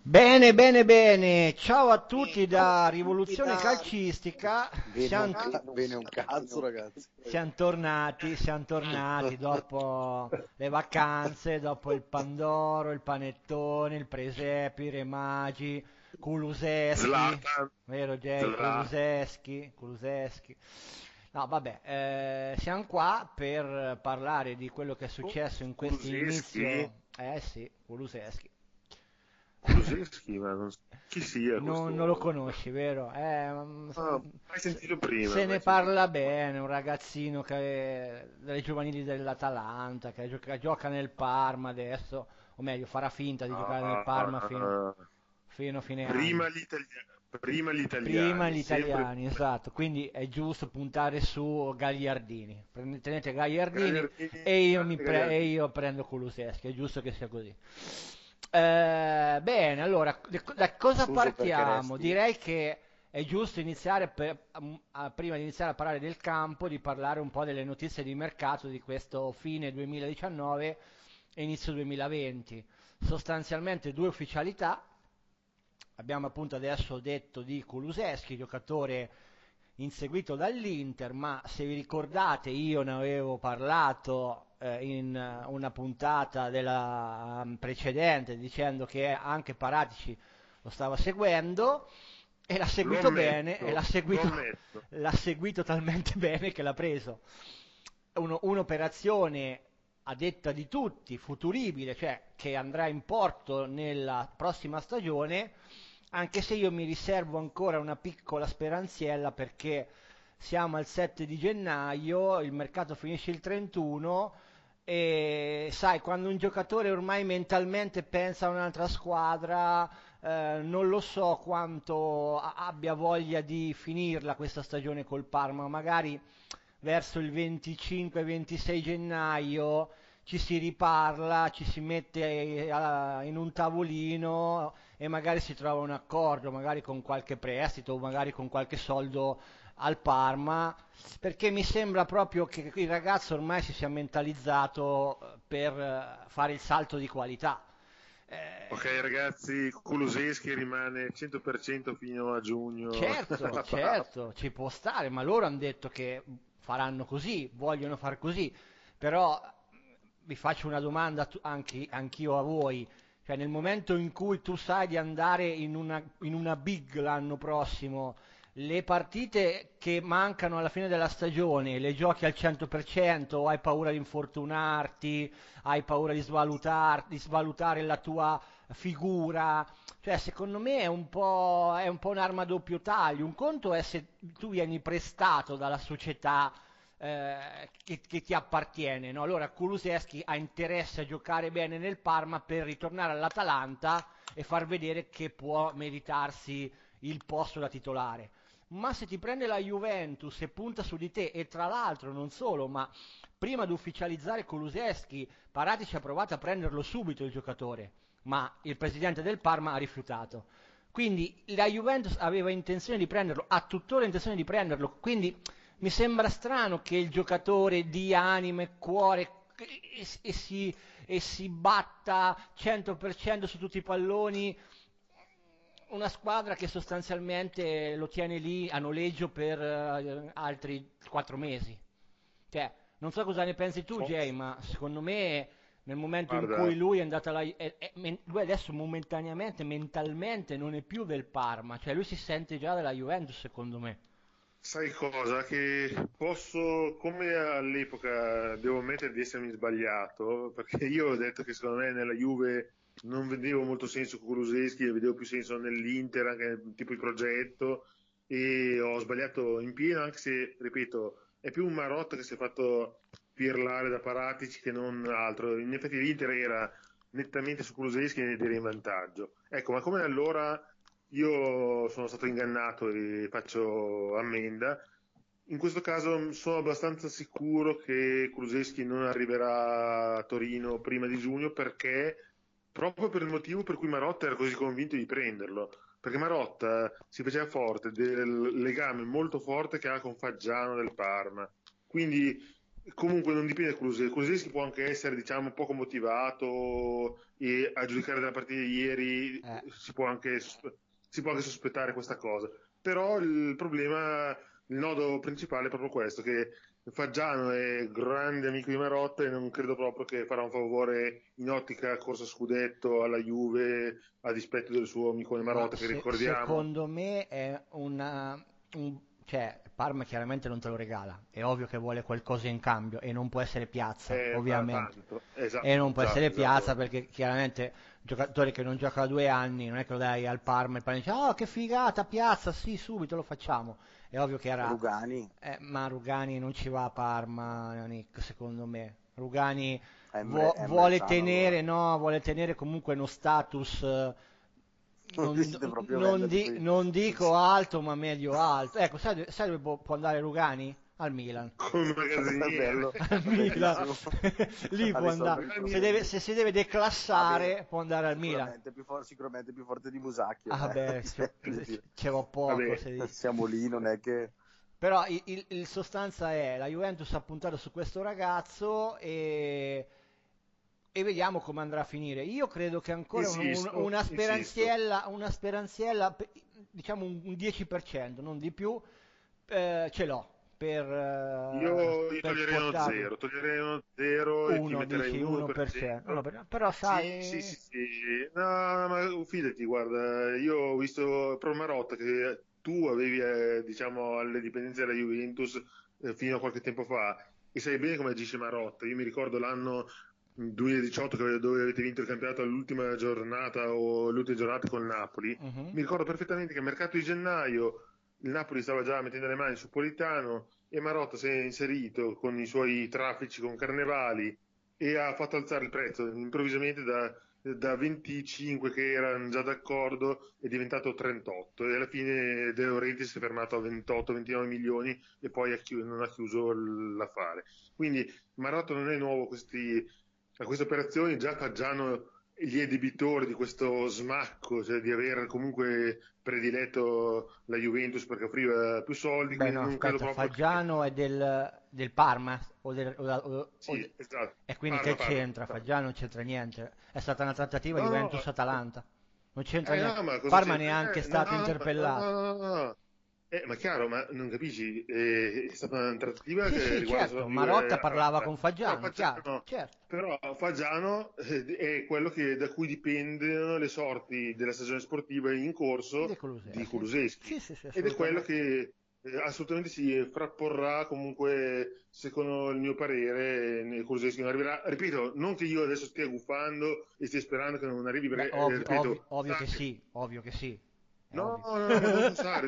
Bene, bene, bene. Ciao a tutti da Rivoluzione Calcistica. Bene un cazzo, ragazzi. Siamo tornati dopo le vacanze, dopo il Pandoro, il panettone, il presepe, i re magi, Kuluseschi, Zlatan, vero Jay? Zlatan, Kuluseschi. No, vabbè, siamo qua per parlare di quello che è successo in questo Kulusevski, inizio. Eh sì, Kuluseschi. Kulusevski, ma non so chi sia Non lo questo. conosci, vero? Mai sentito prima, Se mai ne sentito parla prima. bene, un ragazzino delle giovanili dell'Atalanta, che gioca nel Parma adesso, o meglio, farà finta di giocare nel Parma Ah, fino a fine prima anno. prima gli Prima italiani, gli sempre italiani, prima. esatto, quindi è giusto puntare su Gagliardini. Tenete Gagliardini Gagliardini, e grande e Gagliardini. io prendo Kulusevski, è giusto che sia così. Bene, allora, da cosa Suso perché partiamo? resti. Direi che è giusto iniziare, prima di iniziare a parlare del campo, di parlare un po' delle notizie di mercato di questo fine 2019 e inizio 2020. Sostanzialmente due ufficialità. Abbiamo appunto adesso detto di Kulusevski, giocatore inseguito dall'Inter, ma se vi ricordate io ne avevo parlato in una puntata della precedente dicendo che anche Paratici lo stava seguendo e l'ha seguito bene e Lo ammetto. l'ha seguito talmente bene che l'ha preso. Un'operazione a detta di tutti futuribile, cioè che andrà in porto nella prossima stagione, anche se io mi riservo ancora una piccola speranziella perché siamo al 7 di gennaio, il mercato finisce il 31 e sai, quando un giocatore ormai mentalmente pensa a un'altra squadra, non lo so quanto abbia voglia di finirla questa stagione col Parma, magari verso il 25-26 gennaio ci si riparla, ci si mette in un tavolino e magari si trova un accordo, magari con qualche prestito o magari con qualche soldo al Parma, perché mi sembra proprio che il ragazzo ormai si sia mentalizzato per fare il salto di qualità. Ok Eh, ragazzi, Kulusevski rimane 100% fino a giugno Certo, alla Parma. certo, ci può stare, ma loro hanno detto che faranno così, vogliono far così, però vi faccio una domanda anch'io a voi, cioè nel momento in cui tu sai di andare in una big l'anno prossimo, le partite che mancano alla fine della stagione, le giochi al 100% o hai paura di infortunarti, hai paura di svalutare la tua figura? Cioè, secondo me è un po' un'arma a doppio taglio. Un conto è se tu vieni prestato dalla società che ti appartiene, no? Allora Kulusevski ha interesse a giocare bene nel Parma per ritornare all'Atalanta e far vedere che può meritarsi il posto da titolare. Ma se ti prende la Juventus e punta su di te, e tra l'altro non solo, ma prima di ufficializzare Kulusevski, Paratici ha provato a prenderlo subito il giocatore, ma il presidente del Parma ha rifiutato. Quindi la Juventus aveva intenzione di prenderlo, ha tuttora intenzione di prenderlo, quindi mi sembra strano che il giocatore dia anima e cuore e si batta 100% su tutti i palloni una squadra che sostanzialmente lo tiene lì a noleggio per altri 4 mesi. Cioè, non so cosa ne pensi tu, Jay, ma secondo me nel momento in cui Guarda, lui è andato là, lui adesso momentaneamente, mentalmente non è più del Parma, cioè lui si sente già della Juventus, secondo me. sai cosa? Che posso, come all'epoca, devo ammettere di essermi sbagliato, perché io ho detto che secondo me nella Juve non vedevo molto senso con Kulusevski, vedevo più senso nell'Inter, anche tipo il progetto, e ho sbagliato in pieno, anche se, ripeto, è più un Marotta che si è fatto pirlare da Paratici che non altro. In effetti l'Inter era nettamente su Kulusevski ed era in vantaggio. Ecco, ma come allora io sono stato ingannato e faccio ammenda. In questo caso sono abbastanza sicuro che Kulusevski non arriverà a Torino prima di giugno perché proprio per il motivo per cui Marotta era così convinto di prenderlo. Perché Marotta si faceva forte del legame molto forte che ha con Faggiano del Parma. Quindi comunque non dipende da Kulusevski. Kulusevski può anche essere, diciamo, poco motivato e a giudicare della partita di ieri si può anche sospettare questa cosa. Però il problema, il nodo principale è proprio questo, che Faggiano è grande amico di Marotta e non credo proprio che farà un favore in ottica corsa scudetto alla Juve a dispetto del suo amicone Marotta, che ricordiamo. Secondo me è cioè, Parma chiaramente non te lo regala, è ovvio che vuole qualcosa in cambio e non può essere Piazza, ovviamente. Esatto, E non può essere Piazza esatto. perché chiaramente un giocatore che non gioca da 2 anni, non è che lo dai al Parma e il Parma dice oh che figata Piazza, sì subito lo facciamo. È ovvio che era... Rugani ma Rugani non ci va a Parma, Nick, secondo me. Rugani è vuole Sano, tenere, allora. no, vuole tenere comunque uno status, Non riuscite proprio a venderli qui. non dico alto, ma medio alto. Ecco, sai dove può andare Rugani? Al Milan. Come È magazziniere. bello, Al Milan. bellissimo. Lì può andare. Se si deve declassare, può andare al Milan. Sicuramente più forte di Musacchio. Ah, beh, ce l'ho poco. Vabbè. Se dici. Siamo lì, non è che... Però il sostanza è la Juventus ha puntato su questo ragazzo e vediamo come andrà a finire. Io credo che ancora una speranziella, diciamo un 10%, non di più, ce l'ho Io per toglierei uno portarlo. toglierei uno zero e ti Uno, metterei dici 1%. 1%. No, però sai, Sì. No, ma fidati, guarda, io ho visto pro Marotta che tu avevi, diciamo, alle dipendenze della Juventus fino a qualche tempo fa e sai bene come agisce Marotta. Io mi ricordo l'anno 2018 dove avete vinto il campionato all'ultima giornata o le ultime giornate con il Napoli. Mi ricordo perfettamente che al mercato di gennaio il Napoli stava già mettendo le mani su Politano e Marotta si è inserito con i suoi traffici con Carnevali e ha fatto alzare il prezzo improvvisamente da 25 che erano già d'accordo è diventato 38 e alla fine De Laurentiis si è fermato a 28-29 milioni e poi non ha chiuso l'affare. Quindi Marotta non è nuovo a queste operazioni, già Faggiano gli è debitore di questo smacco, cioè di aver comunque prediletto la Juventus perché offriva più soldi, beh quindi no, non credo aspetta, proprio Faggiano è del Parma Sì, esatto. e quindi Parma, che c'entra? Parma. Faggiano non c'entra niente. È stata una trattativa No, no, Juventus-Atalanta. Non c'entra no, niente. ma cosa Parma c'entra? neanche è No, stato no, interpellato. no. Ma chiaro, ma non capisci? È stata una trattativa Sì, che sì, riguarda certo, solo Marotta parlava Atalanta. con Faggiano, chiaro, Faggiano, certo. però Faggiano è quello da cui dipendono le sorti della stagione sportiva in De corso di Kulusevski. Kulusevski Sì, ed è quello assolutamente. che assolutamente si frapporrà comunque, secondo il mio parere, Kulusevski non arriverà. Ripeto, non che io adesso stia gufando e stia sperando che non arrivi, Beh, perché, ripeto, ovvio che sì, ovvio che sì. È no, ovvio. ma conosco Sarri,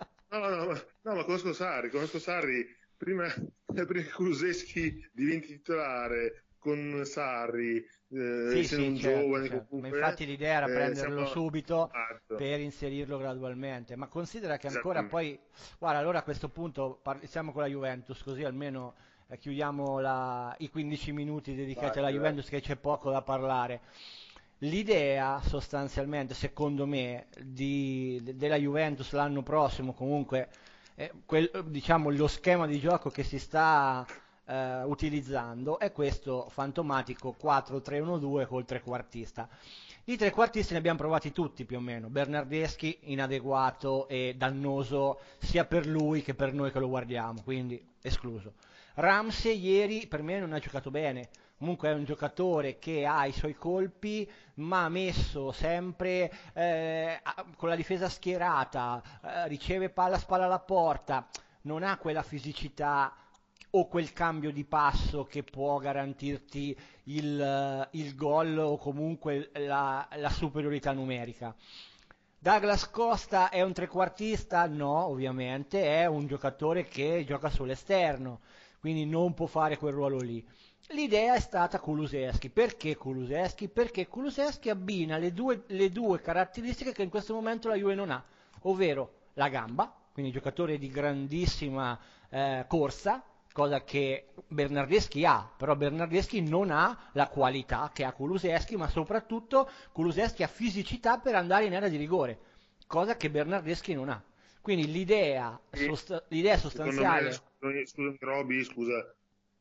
ma conosco Sarri, prima che Kulusevski diventi titolare con Sarri, Sì, essendo sì, un certo, giovane certo. Ma comunque, infatti l'idea era prenderlo siamo subito esatto, per inserirlo gradualmente. Ma considera che ancora esattamente. poi, guarda, allora a questo punto siamo con la Juventus, così almeno chiudiamo i 15 minuti dedicati alla Vai. Juventus, che c'è poco da parlare. L'idea sostanzialmente, secondo me, della Juventus l'anno prossimo, comunque, diciamo, lo schema di gioco che si sta utilizzando è questo fantomatico 4-3-1-2 col trequartista. I trequartisti ne abbiamo provati tutti più o meno, Bernardeschi inadeguato e dannoso sia per lui che per noi che lo guardiamo, quindi escluso. Ramsey ieri per me non ha giocato bene, comunque è un giocatore che ha i suoi colpi, ma messo sempre con la difesa schierata, riceve palla, spalla alla porta, non ha quella fisicità o quel cambio di passo che può garantirti il gol o comunque la superiorità numerica. Douglas Costa è un trequartista? No, ovviamente, è un giocatore che gioca sull'esterno, quindi non può fare quel ruolo lì. L'idea è stata Kulusevski. Perché Kulusevski? Perché Kulusevski abbina le due caratteristiche che in questo momento la Juve non ha, ovvero la gamba, quindi giocatore di grandissima corsa, cosa che Bernardeschi ha, però Bernardeschi non ha la qualità che ha Kulusevski, ma soprattutto Kulusevski ha fisicità per andare in area di rigore, cosa che Bernardeschi non ha. Quindi l'idea Secondo me, sostanziale... scusami Roby, scusa,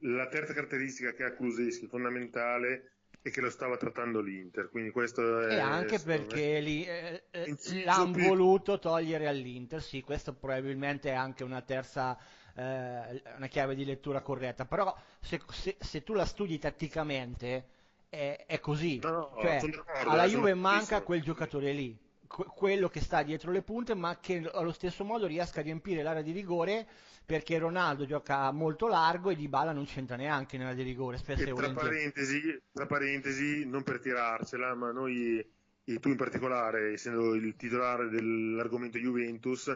la terza caratteristica che ha Kulusevski fondamentale è che lo stava trattando l'Inter, quindi questo è... E anche perché l'hanno voluto togliere all'Inter, sì, questo probabilmente è anche una terza, una chiave di lettura corretta, però se tu la studi tatticamente è così, cioè alla Juve manca quel giocatore lì, quello che sta dietro le punte, ma che allo stesso modo riesca a riempire l'area di rigore, perché Ronaldo gioca molto largo e Dybala non c'entra neanche nella di rigore, spesso e volentieri. Tra parentesi, non per tirarcela, ma noi, e tu in particolare, essendo il titolare dell'argomento Juventus,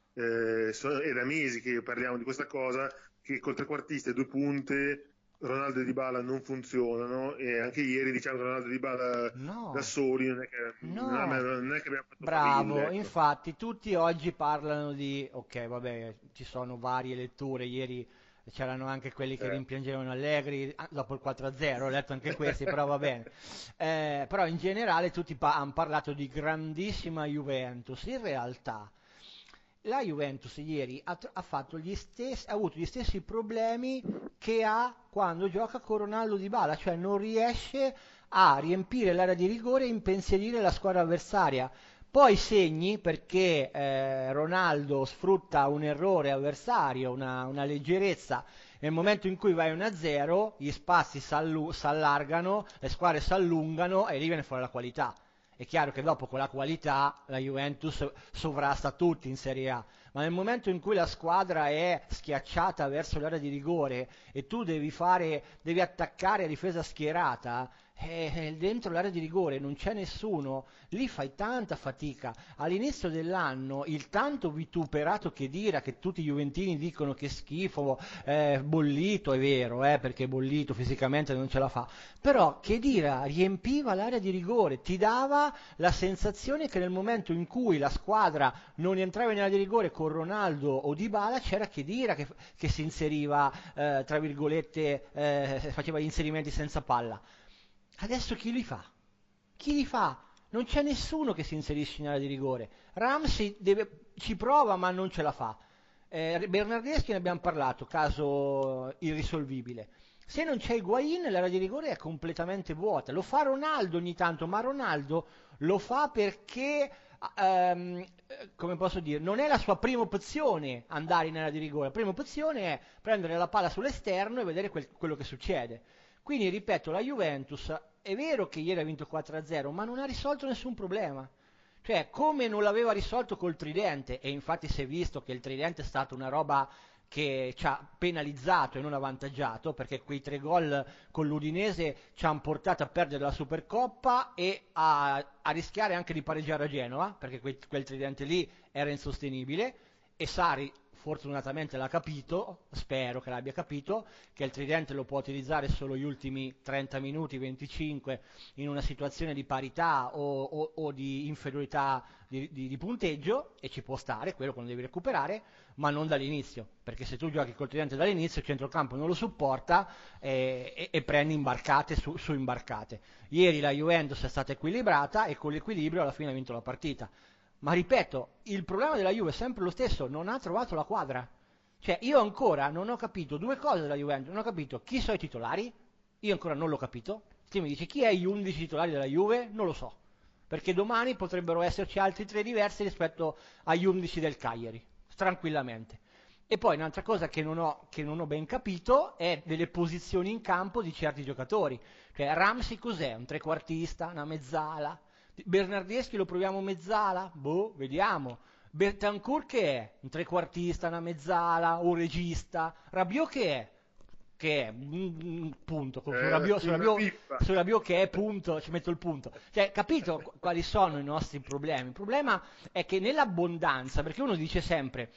è da mesi che parliamo di questa cosa, che col trequartista e due punte Ronaldo e Dybala non funzionano, e anche ieri diciamo che Ronaldo e Dybala da soli non è che abbiamo fatto bravo, faville, ecco. Infatti tutti oggi parlano di, ok, vabbè, ci sono varie letture, ieri c'erano anche quelli che rimpiangevano Allegri dopo il 4-0, ho letto anche questi, però va bene. Però in generale tutti hanno parlato di grandissima Juventus. In realtà la Juventus ieri ha avuto gli stessi problemi che ha quando gioca con Ronaldo Dybala, cioè non riesce a riempire l'area di rigore e impensierire la squadra avversaria. Poi segni perché Ronaldo sfrutta un errore avversario, una leggerezza. Nel momento in cui vai 1-0, gli spazi si allargano, le squadre si allungano e lì viene fuori la qualità. È chiaro che dopo con la qualità la Juventus sovrasta tutti in Serie A, ma nel momento in cui la squadra è schiacciata verso l'area di rigore e tu devi attaccare a difesa schierata, dentro l'area di rigore non c'è nessuno, lì fai tanta fatica. All'inizio dell'anno il tanto vituperato Khedira, che tutti i juventini dicono che schifo, bollito, è vero, perché bollito fisicamente non ce la fa, però Khedira riempiva l'area di rigore, ti dava la sensazione che nel momento in cui la squadra non entrava in area di rigore con Ronaldo o Dybala, c'era Khedira che si inseriva, tra virgolette, faceva gli inserimenti senza palla. Adesso chi li fa? Chi li fa? Non c'è nessuno che si inserisce in area di rigore. Ramsey ci prova ma non ce la fa. Bernardeschi ne abbiamo parlato, caso irrisolvibile. Se non c'è Higuain l'area di rigore è completamente vuota. Lo fa Ronaldo ogni tanto, ma Ronaldo lo fa perché, come posso dire, non è la sua prima opzione andare in area di rigore. La prima opzione è prendere la palla sull'esterno e vedere quello che succede. Quindi, ripeto, la Juventus è vero che ieri ha vinto 4-0, ma non ha risolto nessun problema. Cioè, come non l'aveva risolto col tridente, e infatti si è visto che il tridente è stata una roba che ci ha penalizzato e non avvantaggiato, perché quei 3 gol con l'Udinese ci hanno portato a perdere la Supercoppa e a rischiare anche di pareggiare a Genova, perché quel tridente lì era insostenibile, e Sarri fortunatamente l'ha capito, spero che l'abbia capito, che il tridente lo può utilizzare solo gli ultimi 30 minuti, 25, in una situazione di parità o di inferiorità di punteggio, e ci può stare, quello quando devi recuperare, ma non dall'inizio, perché se tu giochi col tridente dall'inizio il centrocampo non lo supporta e prendi imbarcate su imbarcate. Ieri la Juventus è stata equilibrata e con l'equilibrio alla fine ha vinto la partita. Ma ripeto, il problema della Juve è sempre lo stesso, non ha trovato la quadra. Cioè, io ancora non ho capito due cose della Juventus, non ho capito chi sono i titolari, io ancora non l'ho capito. Se mi dice chi è gli 11 titolari della Juve, non lo so, perché domani potrebbero esserci altri 3 diversi rispetto agli 11 del Cagliari, tranquillamente. E poi un'altra cosa che non ho ben capito è delle posizioni in campo di certi giocatori. Cioè, Ramsey cos'è? Un trequartista, una mezzala? Bernardeschi lo proviamo mezzala? Boh, vediamo. Bentancur che è? Un trequartista, una mezzala, un regista? Rabiot che è? Che è un punto. Su Rabiot che è punto, ci metto il punto. Cioè, capito quali sono i nostri problemi? Il problema è che nell'abbondanza, perché uno dice sempre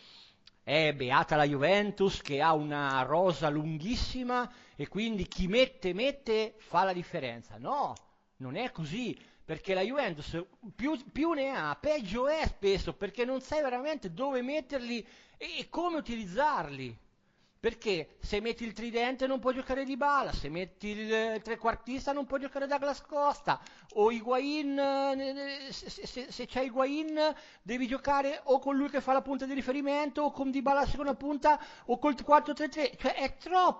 beata la Juventus che ha una rosa lunghissima e quindi chi mette fa la differenza. No, non è così. Perché la Juventus più ne ha, peggio è spesso, perché non sai veramente dove metterli e come utilizzarli. Perché se metti il tridente non può giocare Dybala, se metti il trequartista non può giocare Douglas Costa, o Higuain, se c'è Higuain devi giocare o con lui che fa la punta di riferimento, o con Dybala la seconda punta, o col 4-3-3, cioè è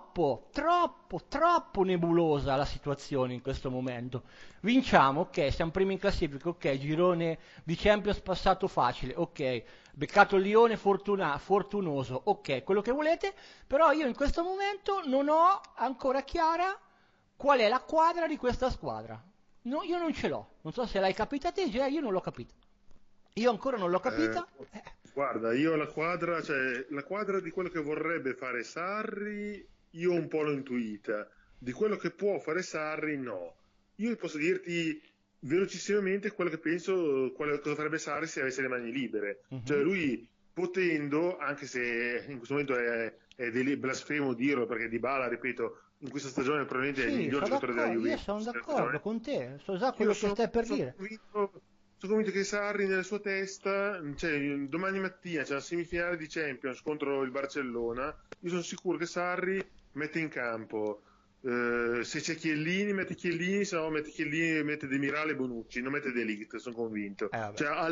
troppo nebulosa la situazione in questo momento. Vinciamo, ok, siamo primi in classifica, ok, girone di Champions passato facile, ok, beccato il Lione fortunoso, ok, quello che volete, però io in questo momento non ho ancora chiara qual è la quadra di questa squadra. No, io non ce l'ho, non so se l'hai capita te, io non l'ho capita. Io ancora non l'ho capita. Guarda, io la quadra di quello che vorrebbe fare Sarri, io un po' l'ho intuita. Di quello che può fare Sarri, no. Io posso dirti velocissimamente quello che penso, cosa farebbe Sarri se avesse le mani libere. Cioè lui potendo, anche se in questo momento è blasfemo dirlo, perché Dybala, ripeto, in questa stagione probabilmente è il miglior giocatore della Juventus. Io sono d'accordo con te, so già quello che stai per dire. Sono convinto che Sarri nella sua testa, cioè, domani mattina c'è la semifinale di Champions contro il Barcellona, io sono sicuro che Sarri mette in campo, se c'è Chiellini mette Chiellini, se no mette Chiellini, mette Demiral e Bonucci, non mette De Ligt, sono convinto. Cioè ha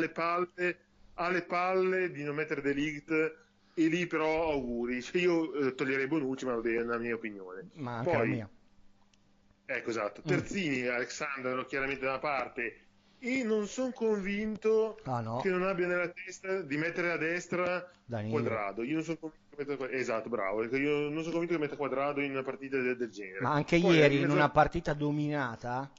le palle di non mettere De Ligt, e lì però auguri, cioè, io toglierei Bonucci, ma vabbè, è una mia opinione. Ma anche poi, la mia. Ecco, esatto, Terzini, Alexandro chiaramente da una parte, e non sono convinto che non abbia nella testa di mettere a destra Quadrado. Io non sono convinto che metta... Esatto, bravo. Io non sono convinto che metta Quadrado in una partita del genere. Ma anche poi, ieri in una partita dominata,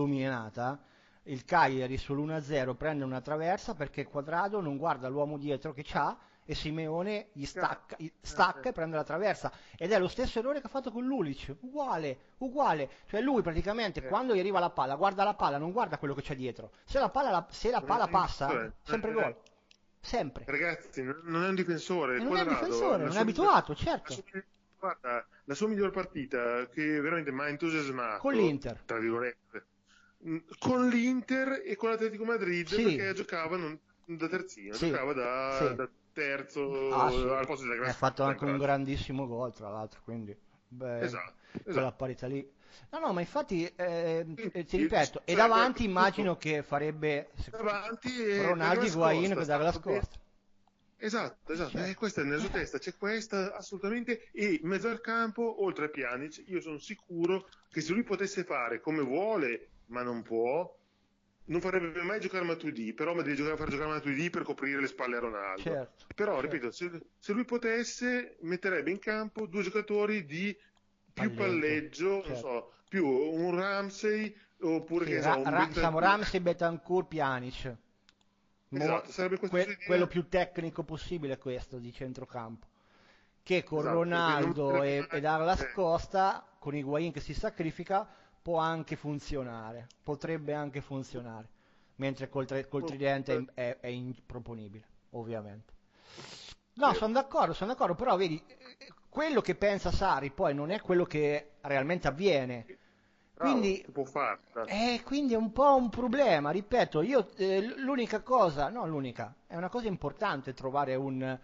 il Cagliari sull'1-0 prende una traversa perché Quadrado non guarda l'uomo dietro che c'ha e Simeone gli stacca e prende la traversa, ed è lo stesso errore che ha fatto con Lulic, uguale, cioè lui praticamente quando gli arriva la palla guarda la palla, non guarda quello che c'è dietro, se la palla passa, sempre gol, sempre. Ragazzi, non è un difensore, non è un difensore, non è abituato, certo. Guarda, la sua miglior partita che veramente mi ha entusiasmato con l'Inter, tra virgolette, con l'Inter e con l'Atletico Madrid, perché giocava da terzino, giocava da terzo al posto della ha fatto anche un grandissimo gol tra l'altro, quindi esatto. quella parità lì, no, ma infatti ti ripeto, e davanti immagino che farebbe Ronaldo, Higuain per dare la scorta. Esatto. Questa è nella sua testa, c'è questa assolutamente, e in mezzo al campo, oltre a Pjanic, io sono sicuro che se lui potesse fare come vuole, ma non può, non farebbe mai giocare Matuidi, però mi deve far giocare Matuidi per coprire le spalle a Ronaldo. Certo, però, ripeto, se lui potesse, metterebbe in campo due giocatori di più palleggio, non so, più un Ramsey, oppure che Ramsey, Betancourt, Pjanic. Esatto, sarebbe quello più tecnico possibile, questo di centrocampo, che con Ronaldo e Douglas Costa, con Higuain che si sacrifica, può anche funzionare, potrebbe anche funzionare, mentre col tridente è improponibile, ovviamente. No, sono d'accordo, però vedi, quello che pensa Sarri poi non è quello che realmente avviene. Quindi, quindi è un po' un problema, ripeto, io l'unica cosa, no l'unica, è una cosa importante trovare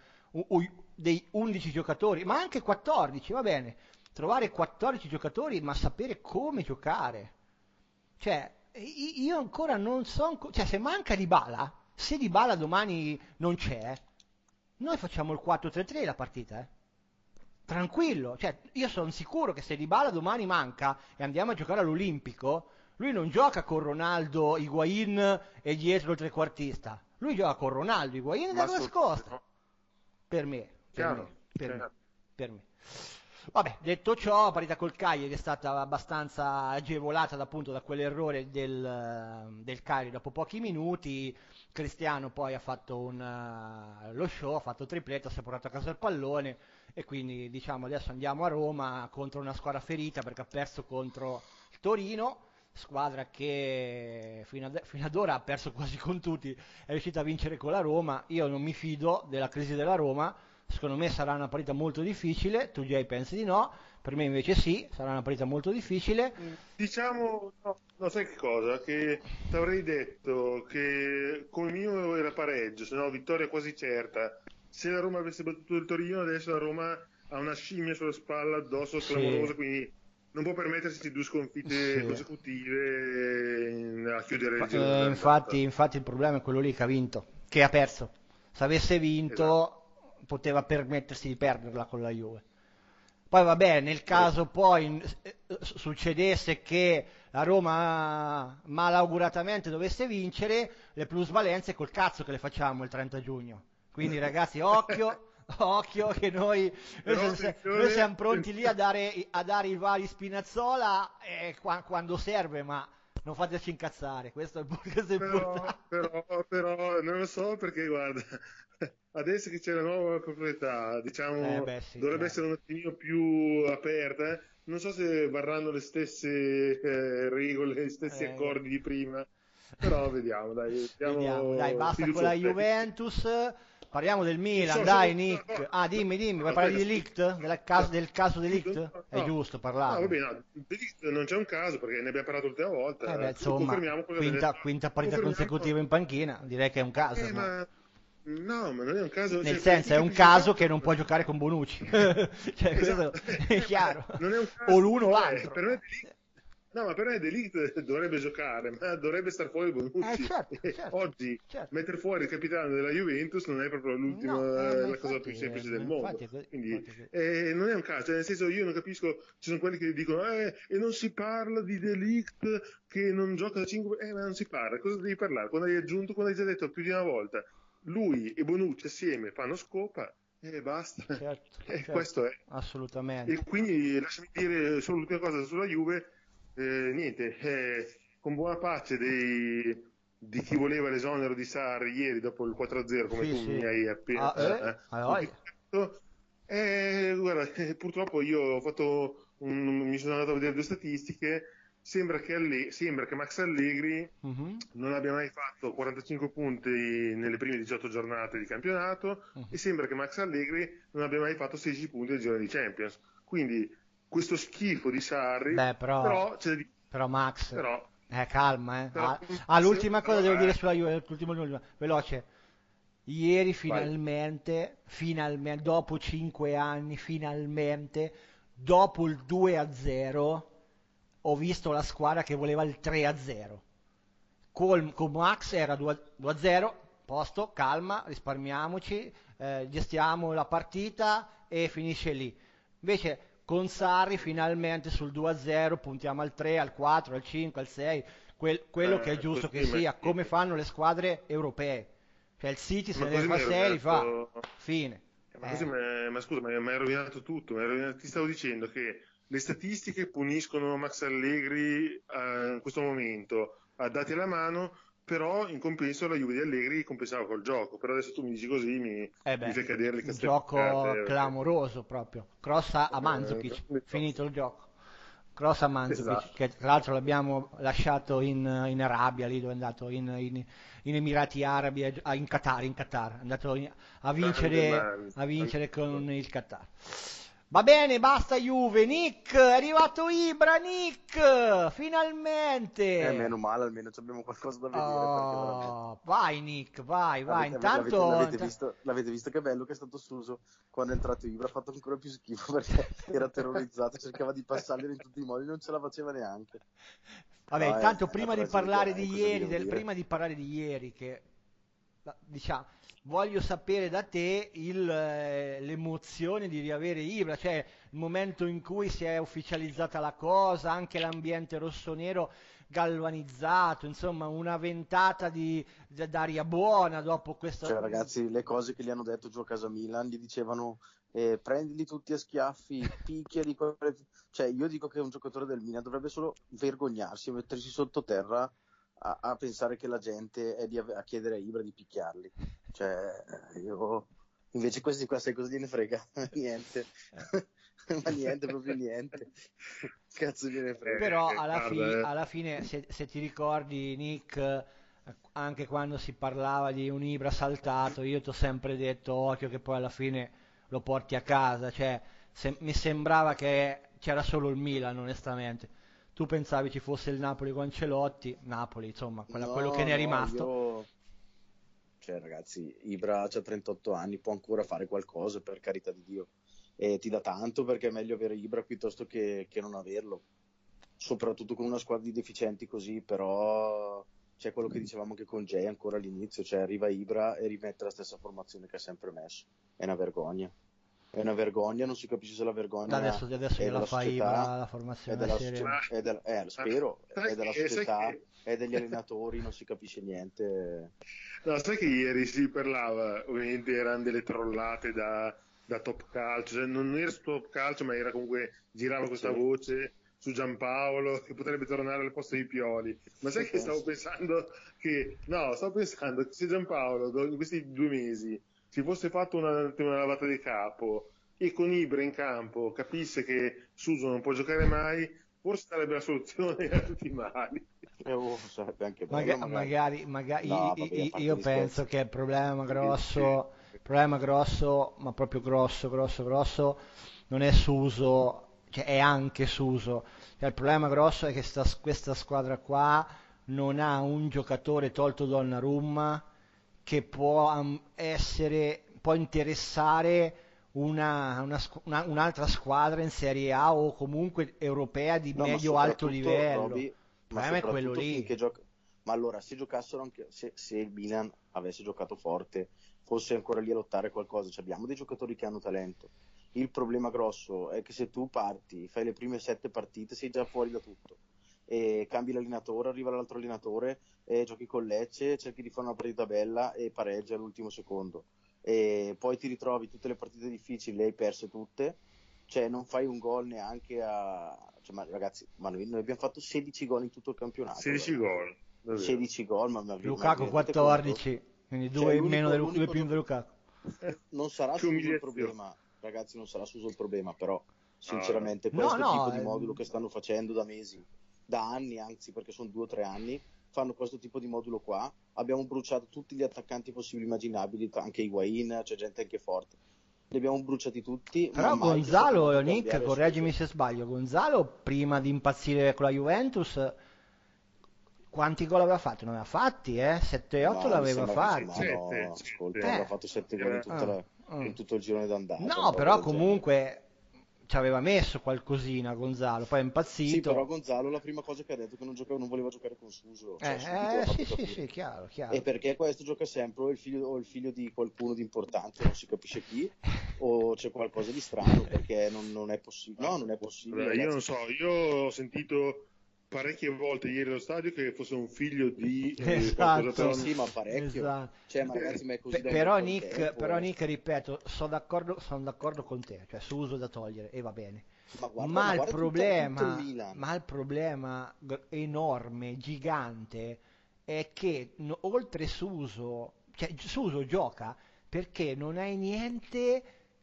dei 11 giocatori, ma anche 14, va bene, trovare 14 giocatori ma sapere come giocare. Cioè, io ancora non so, cioè se manca Dybala, se Dybala domani non c'è, noi facciamo il 4-3-3 la partita, tranquillo, cioè io sono sicuro che se Dybala domani manca e andiamo a giocare all'Olimpico, lui non gioca con Ronaldo, Higuain e dietro il trequartista, lui gioca con Ronaldo, Higuain e Douglas Costa, per me. Vabbè, detto ciò, la partita col Cagliari è stata abbastanza agevolata appunto da quell'errore del Cagliari dopo pochi minuti. Cristiano poi ha fatto lo show, ha fatto tripletta, si è portato a casa il pallone, e quindi diciamo adesso andiamo a Roma contro una squadra ferita perché ha perso contro il Torino, squadra che fino ad ora ha perso quasi con tutti, è riuscita a vincere con la Roma. Io non mi fido della crisi della Roma, secondo me sarà una partita molto difficile, tu già pensi di no, per me invece sì, sarà una partita molto difficile. Diciamo, no, sai che cosa? Che ti avrei detto che come minimo era pareggio, se no vittoria quasi certa. Se la Roma avesse battuto il Torino, adesso la Roma ha una scimmia sulla spalla addosso Sì. clamorosa, quindi non può permettersi 2 sconfitte Sì. consecutive a chiudere il giro dell'andata. Infatti il problema è quello lì che ha vinto, che ha perso. Se avesse vinto Esatto. poteva permettersi di perderla con la Juve. Poi vabbè, nel caso poi succedesse che la Roma malauguratamente dovesse vincere, le plusvalenze col cazzo che le facciamo il 30 giugno. Quindi ragazzi, occhio, occhio che Però noi attenzione, siamo pronti lì a dare i vari Spinazzola quando serve, ma non fateci incazzare, questo è importante. però non lo so perché guarda, adesso che c'è la nuova proprietà, diciamo, Beh sì, dovrebbe chiaro. essere un attimino più aperta. Non so se varranno le stesse regole, gli stessi Eh, accordi di prima, però vediamo, dai, Vediamo, dai, siamo basta con la fiduciosi. Juventus. Parliamo del Non Milan, so, dai, no, Nick. no, Ah, no, dimmi, vuoi no, parlare aspetta, di scusa, Ligt? Del caso di scusa, Ligt? È no, giusto no, va parlarne. bene, no, De Ligt non c'è un caso perché ne abbiamo parlato l'ultima volta, Insomma, confermiamo quello che ha detto, quinta partita confermiamo, consecutiva in panchina, direi che è un caso, no? ma no, ma non è un caso, Nel cioè, per senso, chi è un capisce di caso che calcio, non può giocare con Bonucci. Cioè, questo esatto, è chiaro. non è un O caso, l'uno o cioè, l'altro. per me De Ligt, no, ma per me De Ligt dovrebbe giocare, ma dovrebbe star fuori Bonucci. Certo, E certo, oggi certo. mettere fuori il capitano della Juventus non è proprio No, la cosa più semplice del mondo. Quindi infatti è così. non è un caso, cioè, nel senso io non capisco, ci sono quelli che dicono e non si parla di De Ligt che non gioca da 5, ma non si parla, cosa devi parlare? Quando hai aggiunto, quando hai già detto più di una volta, lui e Bonucci assieme fanno scopa e basta. Certo, E certo, questo è. E assolutamente. quindi lasciami dire solo l'ultima cosa sulla Juve, niente, con buona pace di chi voleva l'esonero di Sarri ieri dopo il 4-0, come Sì, tu mi sì. hai appena Hai voglia. notificato. Guarda, purtroppo io mi sono andato a vedere 2 statistiche, sembra che Max Allegri Mhm, non abbia mai fatto 45 punti nelle prime 18 giornate di campionato mhm. e sembra che Max Allegri non abbà mai fatto 16 punti nel girone di Champions. Quindi questo schifo di Sarri, Beh, però c'è da dire, però Max, però, calma, eh. però, L'ultima cosa però, devo dire sulla Juve, l'ultima, veloce. Ieri vai. finalmente, dopo 5 anni, finalmente, dopo il 2-0, ho visto la squadra che voleva il 3-0. Con Max era 2-0, posto, calma, risparmiamoci, gestiamo la partita e finisce lì. Invece con Sarri finalmente sul 2-0 puntiamo al 3, al 4, al 5, al 6, quello che è giusto che Così, sia, come fanno le squadre europee. Cioè il City se ma ne così mi fa hai 6 li fa, rovinato. fine. Ma così, ma scusa, mi hai rovinato tutto. Ti stavo dicendo che le statistiche puniscono Max Allegri in questo momento, a dati alla mano, però in compenso la Juve di Allegri compensava col gioco. Però adesso tu mi dici così, Eh mi beh, fai cadere le un castellate. gioco clamoroso proprio. Cross a Mandzukic, finito il gioco. Cross a Mandzukic, Esatto. che tra l'altro l'abbiamo lasciato in Arabia, lì dove è andato, in Emirati Arabi, in Qatar, è andato Grande man. a vincere con il Qatar. Va bene, basta Juve, Nick, è arrivato Ibra, Nick, Meno finalmente. male, almeno abbiamo qualcosa da vedere perché veramente. Oh, vai Nick, vai, vai, L'avete visto che bello che è stato Suso quando è entrato Ibra, ha fatto ancora più schifo perché era terrorizzato, cercava di passarglielo in tutti i modi, non ce la faceva neanche. Vabbè, No, è intanto una tragedia, cosa vi devo dire? prima di parlare di ieri, che diciamo, voglio sapere da te l'emozione di riavere Ibra, cioè il momento in cui si è ufficializzata la cosa, anche l'ambiente rossonero galvanizzato, insomma, una ventata d'aria buona dopo questa. Cioè, ragazzi, le cose che gli hanno detto giù a casa Milan, gli dicevano prendili tutti a schiaffi, picchiali. Cioè, io dico che un giocatore del Milan dovrebbe solo vergognarsi e mettersi sottoterra a pensare che la gente è a chiedere a Ibra di picchiarli. Cioè, io. Invece questi qua, sai cosa gliene frega? Niente. Ma niente, proprio niente. Cazzo gliene frega. Però Guarda, alla fine, se ti ricordi, Nick, anche quando si parlava di un Ibra saltato, io ti ho sempre detto, occhio che poi alla fine lo porti a casa, cioè mi sembrava che c'era solo il Milan, onestamente. Tu pensavi ci fosse il Napoli con Ancelotti, Napoli, insomma, quello che No, ne è no, rimasto. io. Cioè, ragazzi, Ibra ha 38 anni, può ancora fare qualcosa, per carità di Dio. e ti dà tanto, perché è meglio avere Ibra piuttosto che non averlo, soprattutto con una squadra di deficienti così. Però c'è quello che dicevamo anche con Jay ancora all'inizio, cioè arriva Ibra e rimette la stessa formazione che ha sempre messo. È una vergogna. È una vergogna, non si capisce se la vergogna Adesso è gliela della fa società, Ibra la è formazione da della, Serie socie- A. spero, è della sai società, che è degli allenatori, non si capisce niente. No, sai che ieri si parlava, ovviamente erano delle trollate da Top Calcio, cioè non era su Top Calcio, ma era comunque, girava questa Sì. voce su Giampaolo che potrebbe tornare al posto di Pioli. Ma sai Sì, che stavo pensando che se Giampaolo in questi 2 mesi si fosse fatto una lavata di capo e con Ibra in campo capisse che Suso non può giocare mai, forse sarebbe la soluzione a tutti i mali. Sarebbe anche bello magari. Magari No, vabbè, a parte io gli penso scherzi. che Che- il problema grosso, ma proprio grosso, non è Suso, cioè è anche Suso. Cioè, il problema grosso è che questa squadra qua non ha un giocatore tolto Donnarumma che può interessare un'altra squadra in Serie A o comunque europea di No, ma medio-alto soprattutto, livello. Roby, Il ma problema è quello soprattutto lì. finché gioca. Ma allora, se giocassero anche, se il Milan avesse giocato forte, fosse ancora lì a lottare qualcosa, cioè, abbiamo dei giocatori che hanno talento. Il problema grosso è che se tu parti, fai le prime 7 partite, sei già fuori da tutto. E cambi l'allenatore, arriva l'altro allenatore, e giochi con Lecce, cerchi di fare una partita bella e pareggi all'ultimo secondo. E poi ti ritrovi tutte le partite difficili, le hai perse tutte, cioè non fai un gol neanche cioè, ma ragazzi, ma noi abbiamo fatto 16 gol in tutto il campionato, 16 gol, davvero. 16 gol, ma vi Lukaku rendete conto? 14, quindi Cioè due in meno due l'unico più di Lukaku. non sarà Che Suso il umiliazione. problema, ragazzi, non sarà Suso il problema, però No, no. sinceramente No, questo no, tipo di modulo che stanno facendo da mesi, da anni, anzi, perché sono 2 o 3 anni, fanno questo tipo di modulo qua. Abbiamo bruciato tutti gli attaccanti possibili e immaginabili, anche Higuain, c'è gente anche forte. Li abbiamo bruciati tutti, ma però mai che sia chiamato Gonzalo, a Nick, cambiare correggimi Suso. se sbaglio, Gonzalo prima di impazzire con la Juventus, quanti gol aveva fatto? Ne aveva fatti, 7-8 Ma mi l'aveva sembra, fatti. ma no, ascolta, avrà Eh, fatto 7 gol Era- mm. in tutto il girone d'andata, No, una roba però del genere. comunque ci aveva messo qualcosina Gonzalo, poi è Sì, però impazzito. Gonzalo la prima cosa che ha detto è che non voleva giocare con Suso, cioè subito l'ha Sì, fatto sì, sì, capire. chiaro, E chiaro. perché questo gioca sempre o il figlio di qualcuno di importante, non si capisce chi, o c'è qualcosa di strano, perché non è possibile. No, non è possibile, Guarda, io non ragazzi. so, io ho sentito parecchie volte ieri allo stadio che fosse un figlio di qualcosa, Sì, Esatto, però sì, ma parecchio. esatto. Cioè, ma ragazzi, ma è così da un bel Però po' di Nick, tempo, però Nick, ripeto, sono d'accordo con te, cioè su uso da togliere e va bene. Ma guarda tutto il Ma Milan. il problema enorme, gigante, è che oltre Suso, cioè Suso gioca perché non hai niente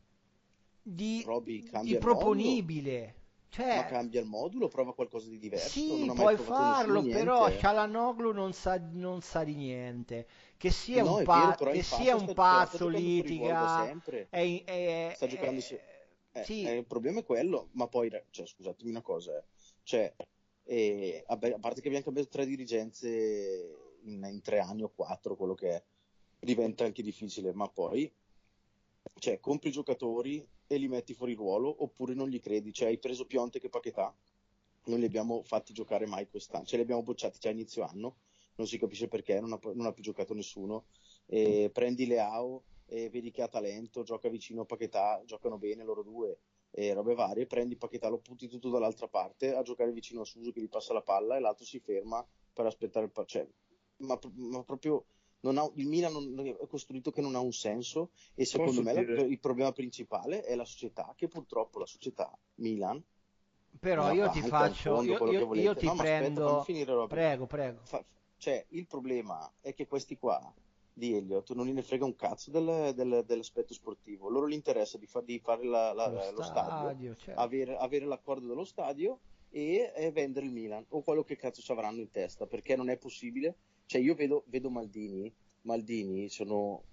Roby, di cambia il modulo, proponibile. ma Cioè, cambia il modulo, prova qualcosa di diverso, non sì, ha mai puoi provato nessuno farlo, però niente. Cialanoglu non sa di niente. No, è vero, però Che in sia fascia un però sta pazzo, giocando fuori ruolo da litiga, sempre. Sta giocando sì, il problema è quello, ma poi, cioè, scusatemi una cosa, cioè, vabbè, a parte che abbiamo cambiato 3 dirigenze in 3 anni o 4, quello che è, diventa anche difficile, ma poi, cioè, compri i giocatori e li metti fuori ruolo, oppure non gli credi, cioè, hai preso Piontek e Paquetà, non li abbiamo fatti giocare mai quest'anno, cioè, li abbiamo bocciati già a inizio anno, non si capisce perché, non ha più giocato nessuno, prendi Leao e vedi che ha talento, gioca vicino a Paquetà, giocano bene loro due e robe varie, prendi Paquetà, lo putti tutto dall'altra parte a giocare vicino a Suso che gli passa la palla e l'altro si ferma per aspettare cioè, ma proprio il Milan è costruito che non ha un senso, e secondo posso me dire, il problema principale è la società, che purtroppo la società Milan, però la io ti banca, il faccio, fondo, quello che io volete. ti No, ma aspetta, fammi prendo, finire, Robby. prego, prego, Cioè, il problema è che questi qua di Elliott non gliene frega un cazzo dell'aspetto sportivo. Loro gli interessa di fare lo lo stadio, stadio, certo. avere l'accordo dello stadio e vendere il Milan o quello che cazzo ci avranno in testa, perché non è possibile. Cioè, io vedo Maldini sono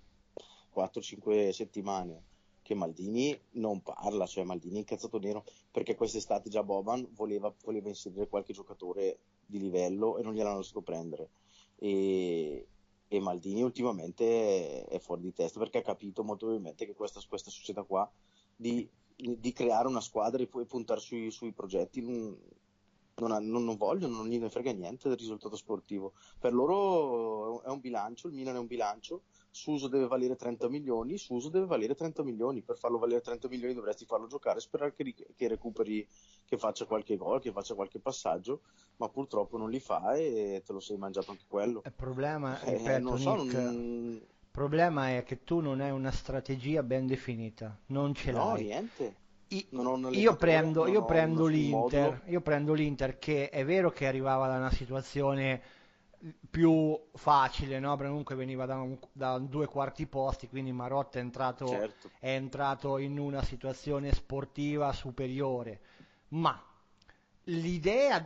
4-5 settimane che Maldini non parla, cioè Maldini è incazzato nero perché quest'estate già Boban voleva inserire qualche giocatore di livello e non gliel'hanno lasciato prendere. E Maldini ultimamente è fuori di testa perché ha capito molto probabilmente che questa società qua di creare una squadra e poi puntare sui progetti. Non vogliono, non gliene frega niente del risultato sportivo. Per loro è un bilancio, il Milan è un bilancio. Suso deve valere 30 milioni, Suso deve valere 30 milioni. Per farlo valere 30 milioni dovresti farlo giocare, sperare che recuperi, che faccia qualche gol, che faccia qualche passaggio, ma purtroppo non li fa e te lo sei mangiato anche quello. Il problema, ripeto, non so, Nick, il problema è che tu non hai una strategia ben definita, non ce no, l'hai. niente. Io prendo l'Inter che è vero che arrivava da una situazione più facile, no? Perché comunque veniva da 2 quarti posti, quindi Marotta Certo. è entrato in una situazione sportiva superiore, ma l'idea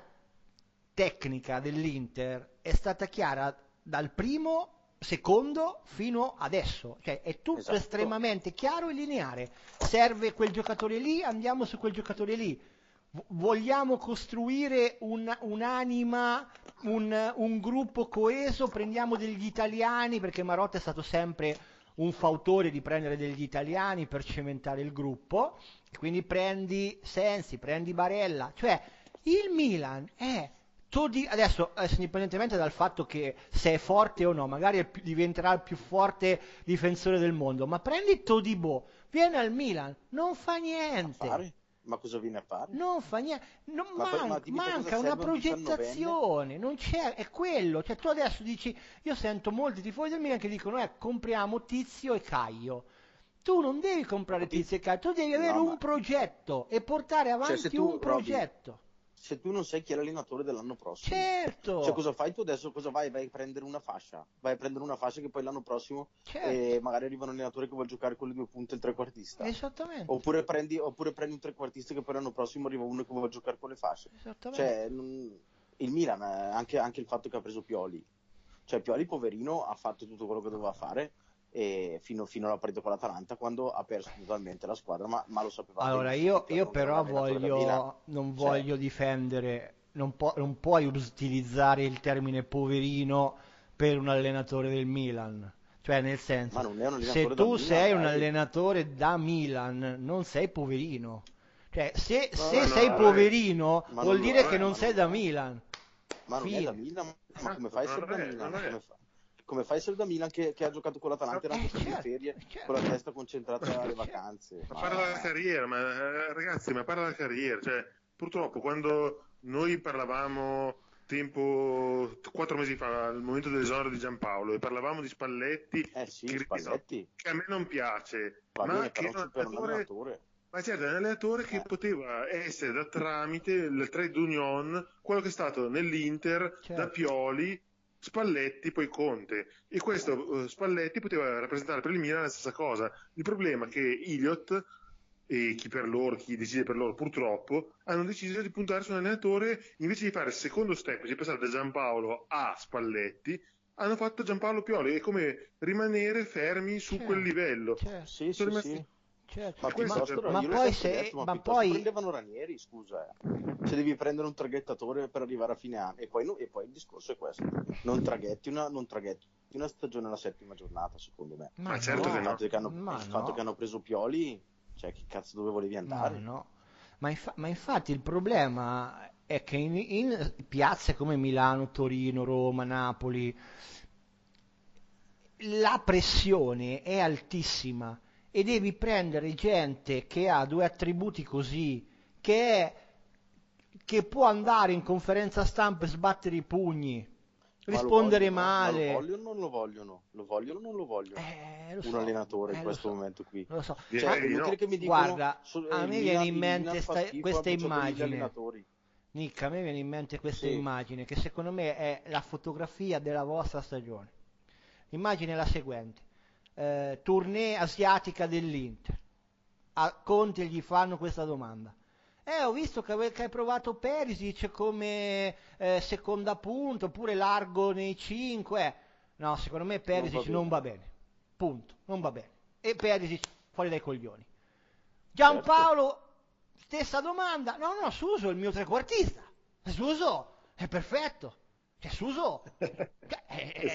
tecnica dell'Inter è stata chiara dal primo secondo fino adesso, cioè è tutto Esatto. estremamente chiaro e lineare. Serve quel giocatore lì, andiamo su quel giocatore lì. Vogliamo costruire un'anima, un gruppo coeso, prendiamo degli italiani, perché Marotta è stato sempre un fautore di prendere degli italiani per cementare il gruppo, e quindi prendi Sensi, prendi Barella, cioè il Milan è adesso indipendentemente dal fatto che se è forte o no, magari diventerà il più forte difensore del mondo, ma prendi Todibo, viene al Milan, non fa niente. Ma cosa viene a fare? Non fa niente, dimmi manca una progettazione, non c'è, è quello. Cioè tu adesso dici, io sento molti tifosi del Milan che dicono compriamo Tizio e Caio. Tu non devi comprare Tizio e Caio, tu devi avere un progetto e portare avanti un progetto. Se tu non sai chi è l'allenatore dell'anno prossimo, certo, cioè cosa fai tu adesso? Cosa vai a prendere una fascia? Vai a prendere una fascia che poi l'anno prossimo magari arriva un allenatore che vuole giocare con le 2 punte, il trequartista. Esattamente. Oppure prendi un trequartista che poi l'anno prossimo arriva uno che vuole giocare con le fasce. Esattamente. Cioè, il Milan, anche il fatto che ha preso Pioli. Cioè Pioli, poverino, ha fatto tutto quello che doveva fare e fino alla partita con l'Atalanta, quando ha perso totalmente la squadra, ma lo sapeva. Allora io però non voglio difendere, non puoi utilizzare il termine poverino per un allenatore del Milan, cioè nel senso, se tu sei un allenatore da Milan non sei poverino, cioè se sei poverino vuol dire che non sei da Milan. Ma non è da Milan, ma come fai a essere da Milan? Come fai a essere da Milan che ha giocato con l'Atalanta e era anche in ferie, con la testa concentrata alle vacanze? Ma parla della carriera, ragazzi, parla della carriera. Cioè, purtroppo quando noi parlavamo 4 mesi fa, al momento dell'esodo di Giampaolo, e parlavamo di Spalletti, Spalletti, che a me non piace, ma che è un allenatore. Ma certo, è un allenatore che poteva essere da tramite il trade union, quello che è stato nell'Inter, da Pioli, Spalletti, poi Conte, e questo Spalletti poteva rappresentare per il Milan la stessa cosa. Il problema è che Iliot e chi decide per loro purtroppo hanno deciso di puntare su un allenatore, invece di fare il secondo step, di passare da Giampaolo a Spalletti, hanno fatto Giampaolo Pioli. È come rimanere fermi su quel livello. Sì. Certo. Ma poi prendevano Ranieri, scusa, se devi prendere un traghettatore per arrivare a fine anno, e poi il discorso è questo: non traghetti una stagione alla 7ª giornata, secondo me. Ma certo che no. Il fatto che hanno preso Pioli, cioè che cazzo dove volevi andare? Ma infatti il problema è che in piazze come Milano, Torino, Roma, Napoli la pressione è altissima e devi prendere gente che ha 2 attributi così, che può andare in conferenza stampa e sbattere i pugni, rispondere male. Ma lo vogliono o non lo vogliono? Lo vogliono o non lo vogliono? Un allenatore in questo momento qui. Lo so. Cioè, è inutile che mi dicono, guarda, a me viene in mente questa immagine. Nick, a me viene in mente questa immagine, che secondo me è la fotografia della vostra stagione. L'immagine è la seguente. Tournée asiatica dell'Inter. A Conte gli fanno questa domanda. Ho visto che hai provato Perisic come seconda punta, oppure largo nei 5. No, secondo me Perisic non va bene. Punto, non va bene. E Perisic fuori dai coglioni. Giampaolo, stessa domanda. No, Suso è il mio trequartista. Suso è perfetto. Cioè, Suso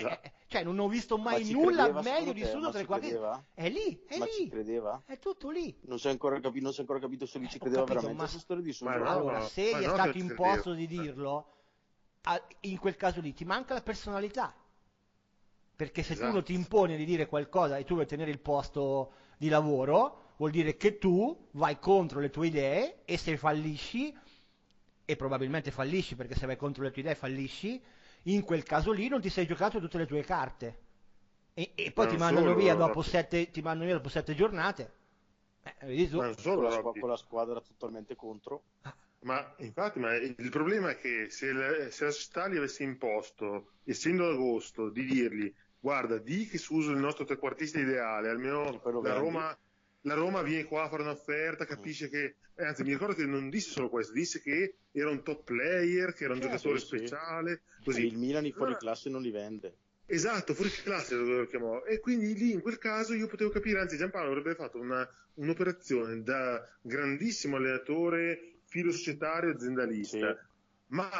Cioè, non ho visto Ma mai ci nulla credeva, meglio secondo di te? Suso Ma ci trequartista. credeva? È lì, è Ma ci lì, credeva? è tutto lì. Non si è ancora capito se lui ci Ho credeva capito, veramente a questa storia di Ma Suso. no, allora, se ma gli è no che stato non ci credevo. imposto di dirlo, in quel caso lì ti manca la personalità. Perché se tu non ti Esatto. imponi di dire qualcosa e tu vuoi tenere il posto di lavoro, vuol dire che tu vai contro le tue idee e se fallisci, e probabilmente fallisci perché se vai contro le tue idee fallisci, in quel caso lì non ti sei giocato tutte le tue carte. E Ma poi ti non mandano via solo, dopo ti mandano via dopo 7 giornate. Vedi tu? ma non Con solo, Robby. con la squadra totalmente contro. Ma infatti, ma il problema è che se la società gli avesse imposto, essendo agosto, di dirgli guarda, di che Suso è il nostro trequartista ideale, E almeno poi lo vendi. La Roma viene qua a fare un'offerta, capisce che, anzi mi ricordo che non disse solo questo, disse che era un top player, che era un Certo. giocatore Sì, sì. speciale, E così. il Milan i fuori Allora, classe non li vende. esatto, fuori classe lo chiamò. E quindi lì in quel caso io potevo capire, anzi Giampaolo avrebbe fatto un'operazione da grandissimo allenatore filo-societario aziendalista, Sì. ma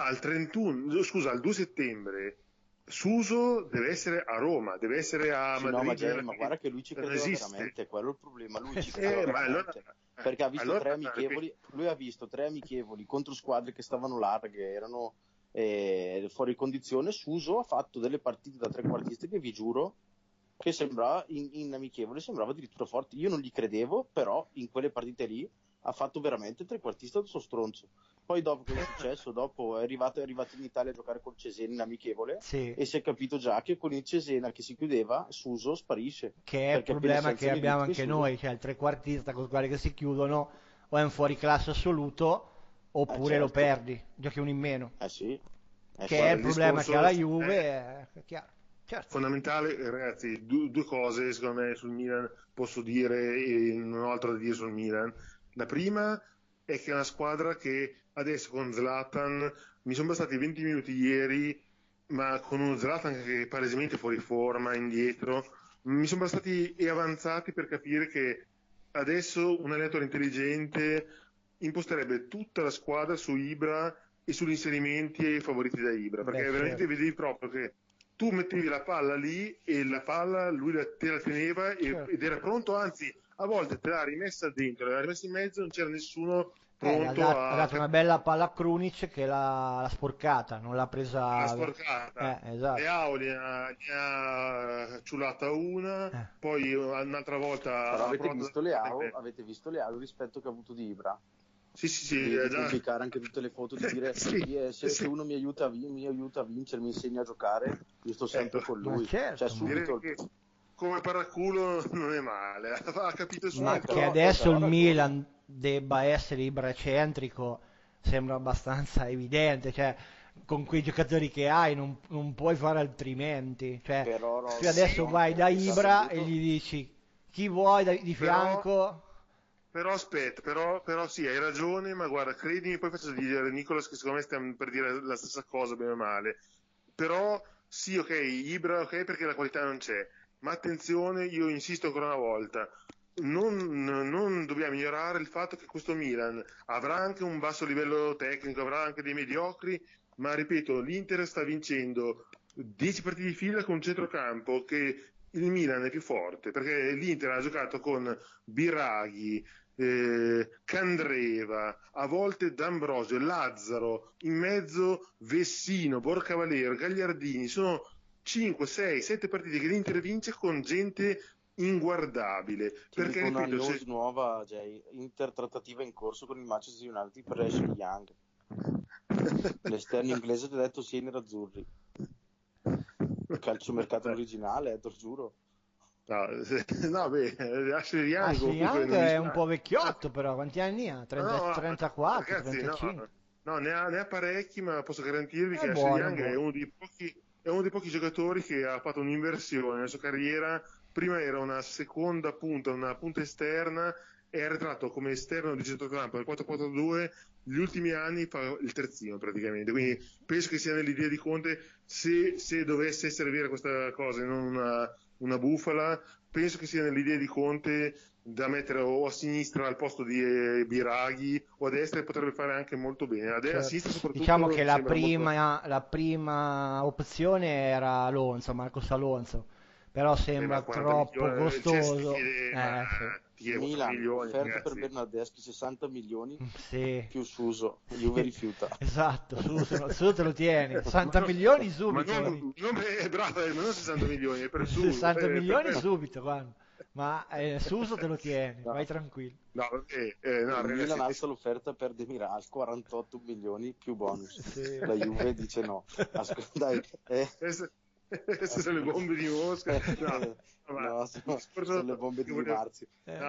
al 2 settembre Suso deve essere a Roma, deve essere a Sì, no, ma, Madrid, Ma guarda che lui ci non credeva esiste. veramente, quello è il problema, lui ci credeva Ma allora, veramente. Perché ha visto allora, tre amichevoli, lui ha visto 3 amichevoli contro squadre che stavano larghe, erano fuori condizione. Suso ha fatto delle partite da trequartista che vi giuro che sembrava in amichevole, sembrava addirittura forte. Io non gli credevo, però in quelle partite lì ha fatto veramente il trequartista del suo stronzo. Poi dopo cosa è successo? Dopo è arrivato in Italia a giocare col Cesena in amichevole Sì. e si è capito già che con il Cesena che si chiudeva Suso sparisce. Che è il Perché appena problema si che alzano i abbiamo ritmi, anche Suso... noi, cioè il trequartista con quelli che si chiudono o è un fuoriclasse assoluto oppure lo certo. perdi, giochi uno in meno, Sì. che è guarda, il problema che ha la discorso Juve, è chiaro. Certo. fondamentale, ragazzi, due cose secondo me sul Milan posso dire e non ho altro da dire sul Milan. La prima è che è una squadra che adesso con Zlatan mi sono bastati 20 minuti ieri, ma con uno Zlatan che è palesemente fuori forma, indietro, mi sono bastati e avanzati per capire che adesso un allenatore intelligente imposterebbe tutta la squadra su Ibra e sugli inserimenti favoriti da Ibra, perché Beh, veramente certo. vedevi proprio che tu mettevi la palla lì e la palla lui te la teneva Certo. ed era pronto, anzi a volte te l'ha rimessa dentro, l'ha rimessa in mezzo, non c'era nessuno Ha pronto dato, ha a dato una bella palla a Krunic che l'ha sporcata, non l'ha la presa. sporcata. Esatto. Leao ne ha ciulata una, Eh. poi un'altra volta Però ha provato avete visto Leao il rispetto che ha avuto di Ibra? sì, sì, sì, Di già. pubblicare anche tutte le foto, di dire Sì, se sì. uno mi aiuta a vincere, mi insegna a giocare, io sto sempre con Ma lui. certo, Cioè ma- subito Direi che come paraculo non è male, ha capito Ma subito. che però adesso ha il ragione. Milan debba essere ibracentrico sembra abbastanza evidente, cioè con quei giocatori che hai non puoi fare altrimenti, cioè Però tu Robby, adesso Sì, vai da è già Ibra e venduto. gli dici chi vuoi di però, fianco. però aspetta, però sì, hai ragione, ma guarda, credimi, poi faccio dire a Nicolas che secondo me stiamo per dire la stessa cosa, bene o male. Però sì, ok, Ibra, ok, perché la qualità non c'è, ma attenzione, io insisto ancora una volta, non dobbiamo ignorare il fatto che questo Milan avrà anche un basso livello tecnico, avrà anche dei mediocri, ma ripeto, l'Inter sta vincendo 10 partite di fila con un centrocampo che il Milan è più forte, perché l'Inter ha giocato con Biraghi, Candreva, a volte D'Ambrosio, Lazzaro, in mezzo Vessino, Borcavalero, Gagliardini, sono 5, 6, 7 partite che l'Inter vince con gente inguardabile, Ti perché dico una ripeto, news nuova, Jay. Inter trattativa in corso con il Manchester United per Ashley Young. L'esterno inglese ti ha detto sì ai nerazzurri. Calciomercato originale, te lo giuro. No, beh, Ashley Young Ashley comunque Young non mi è un sa. po' vecchiotto però, quanti anni ha? No, 34, ragazzi, no, 35? ne ha parecchi, ma posso garantirvi È che Ashley buono, è Young buono. è uno dei pochi giocatori che ha fatto un'inversione nella sua carriera. Prima era una seconda punta, una punta esterna, è arretrato come esterno di centrocampo nel 4-4-2, gli ultimi anni fa il terzino praticamente, quindi penso che sia nell'idea di Conte, se dovesse essere vera questa cosa e non una bufala, penso che sia nell'idea di Conte da mettere o a sinistra al posto di Biraghi, o a destra, e potrebbe fare anche molto bene. A sinistra soprattutto, diciamo che la sembra prima opzione era Alonso, Marcos Alonso, però sembra ma 40 troppo milioni, costoso. Ti chiede 40 Milan, milioni, offerta ragazzi. per Bernardeschi 60 milioni Sì. più Suso, Juve rifiuta. Esatto, su te lo tieni, 60 milioni Ma subito. non, bravo, ma non 60 milioni, è per su. 60 milioni per- subito, guarda. Ma Suso te lo tieni, No. vai tranquillo. No, vabbè, no, Il ragazzi, Milan alza l'offerta per Demiral, 48 milioni più bonus. Sì. La Juve dice no. Ascolta, dai, queste sono le bombe di Mosca. no, sono le bombe di Marzio.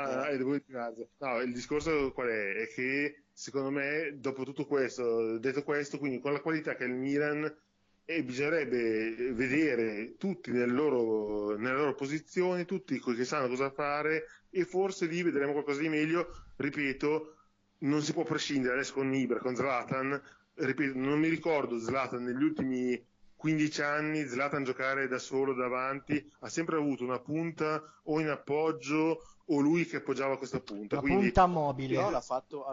No, il discorso qual è? È che secondo me, dopo tutto questo, detto questo, quindi con la qualità che ha il Milan, bisognerebbe vedere tutti nelle loro posizioni, tutti quelli che sanno cosa fare, e forse lì vedremo qualcosa di meglio. Ripeto, non si può prescindere adesso con Ibra, con Zlatan. Ripeto, non mi ricordo Zlatan negli ultimi 15 anni, Zlatan giocare da solo davanti, ha sempre avuto una punta o in appoggio o lui che appoggiava questa punta. La Quindi, punta mobile. No, l'ha fatto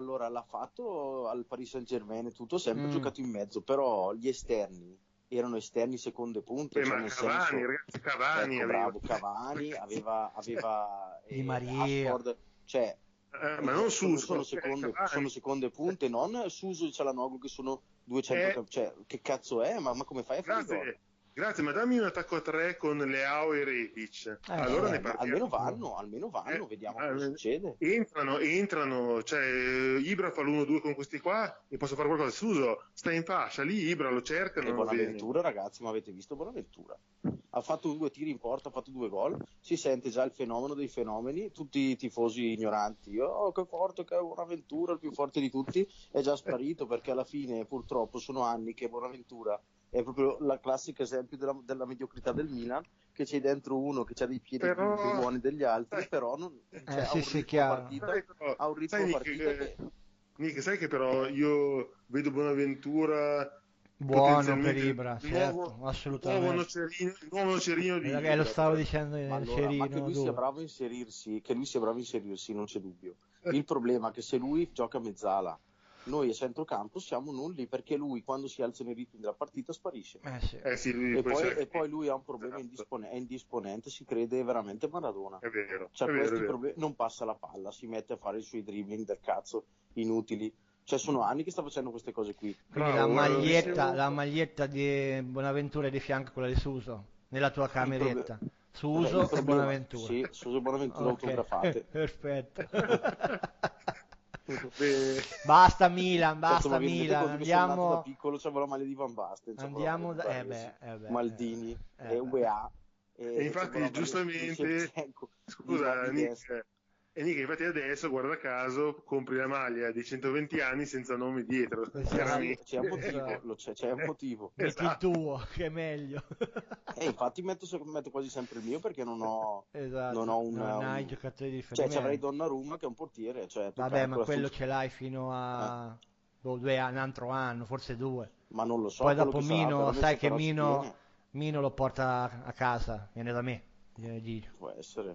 al Paris Saint-Germain e tutto, sempre giocato in mezzo, però gli esterni erano esterni seconde punte, cioè ma nel Cavani, senso, ragazzi, Cavani ecco, aveva. bravo, Cavani aveva Di Maria. Ashford, cioè Ma non Suso, sono seconde punte, non Suso e Cialanoglu che sono 200, cioè che cazzo è? Ma come fai a fare gol? Grazie, ma dammi un attacco a 3 con Leao e Rebic. Allora ne parliamo. Almeno vanno, vediamo cosa succede. Entrano, cioè Ibra fa l'1-2 con questi qua e posso fare qualcosa. Suso sta in fascia, lì Ibra lo cercano. E Bonaventura, ragazzi, ma avete visto Bonaventura? Ha fatto 2 tiri in porta, ha fatto 2 gol, si sente già il fenomeno dei fenomeni, tutti i tifosi ignoranti, oh che forte che è Bonaventura, il più forte di tutti, è già sparito, perché alla fine purtroppo sono anni che Bonaventura è proprio la classica esempio della mediocrità del Milan, che c'è dentro uno che ha dei piedi più buoni degli altri, però non, cioè, ha un ritmo partita che... Nick, sai che però io vedo Bonaventura buono per Ibra, certo, assolutamente. Nuovo Nocerino di Ibra. Lo stavo dicendo ma che lui sia bravo a inserirsi, non c'è dubbio. Il problema è che se lui gioca a mezzala, noi a centrocampo siamo nulli, perché lui quando si alza nei ritmi della partita sparisce. E poi lui ha un problema, è indisponente, si crede veramente Maradona. È vero. Non passa la palla, si mette a fare i suoi dribbling del cazzo inutili. Cioè sono anni che sta facendo queste cose qui. Quindi la maglietta di Bonaventura è di fianco a quella di Suso nella tua cameretta. Suso e Bonaventura. Sì, Suso e Bonaventura autografate. Perfetto. Basta Milan, andiamo. Da piccolo c'avevo la maglia di Van Basten. Andiamo Maldini e UEA. E infatti giustamente, scusa Nick, infatti adesso guarda caso compri la maglia di 120 anni senza nome dietro. C'è un motivo. Metti il tuo, che è meglio. Infatti metto quasi sempre il mio, perché non ho non hai giocatori di riferimento. Cioè c'avrei Donnarumma che è un portiere, cioè, vabbè, ma quello ce l'hai fino a un altro anno, forse 2. Ma non lo so. Poi dopo Mino, sai che Mino lo porta a casa, viene da me. Può essere.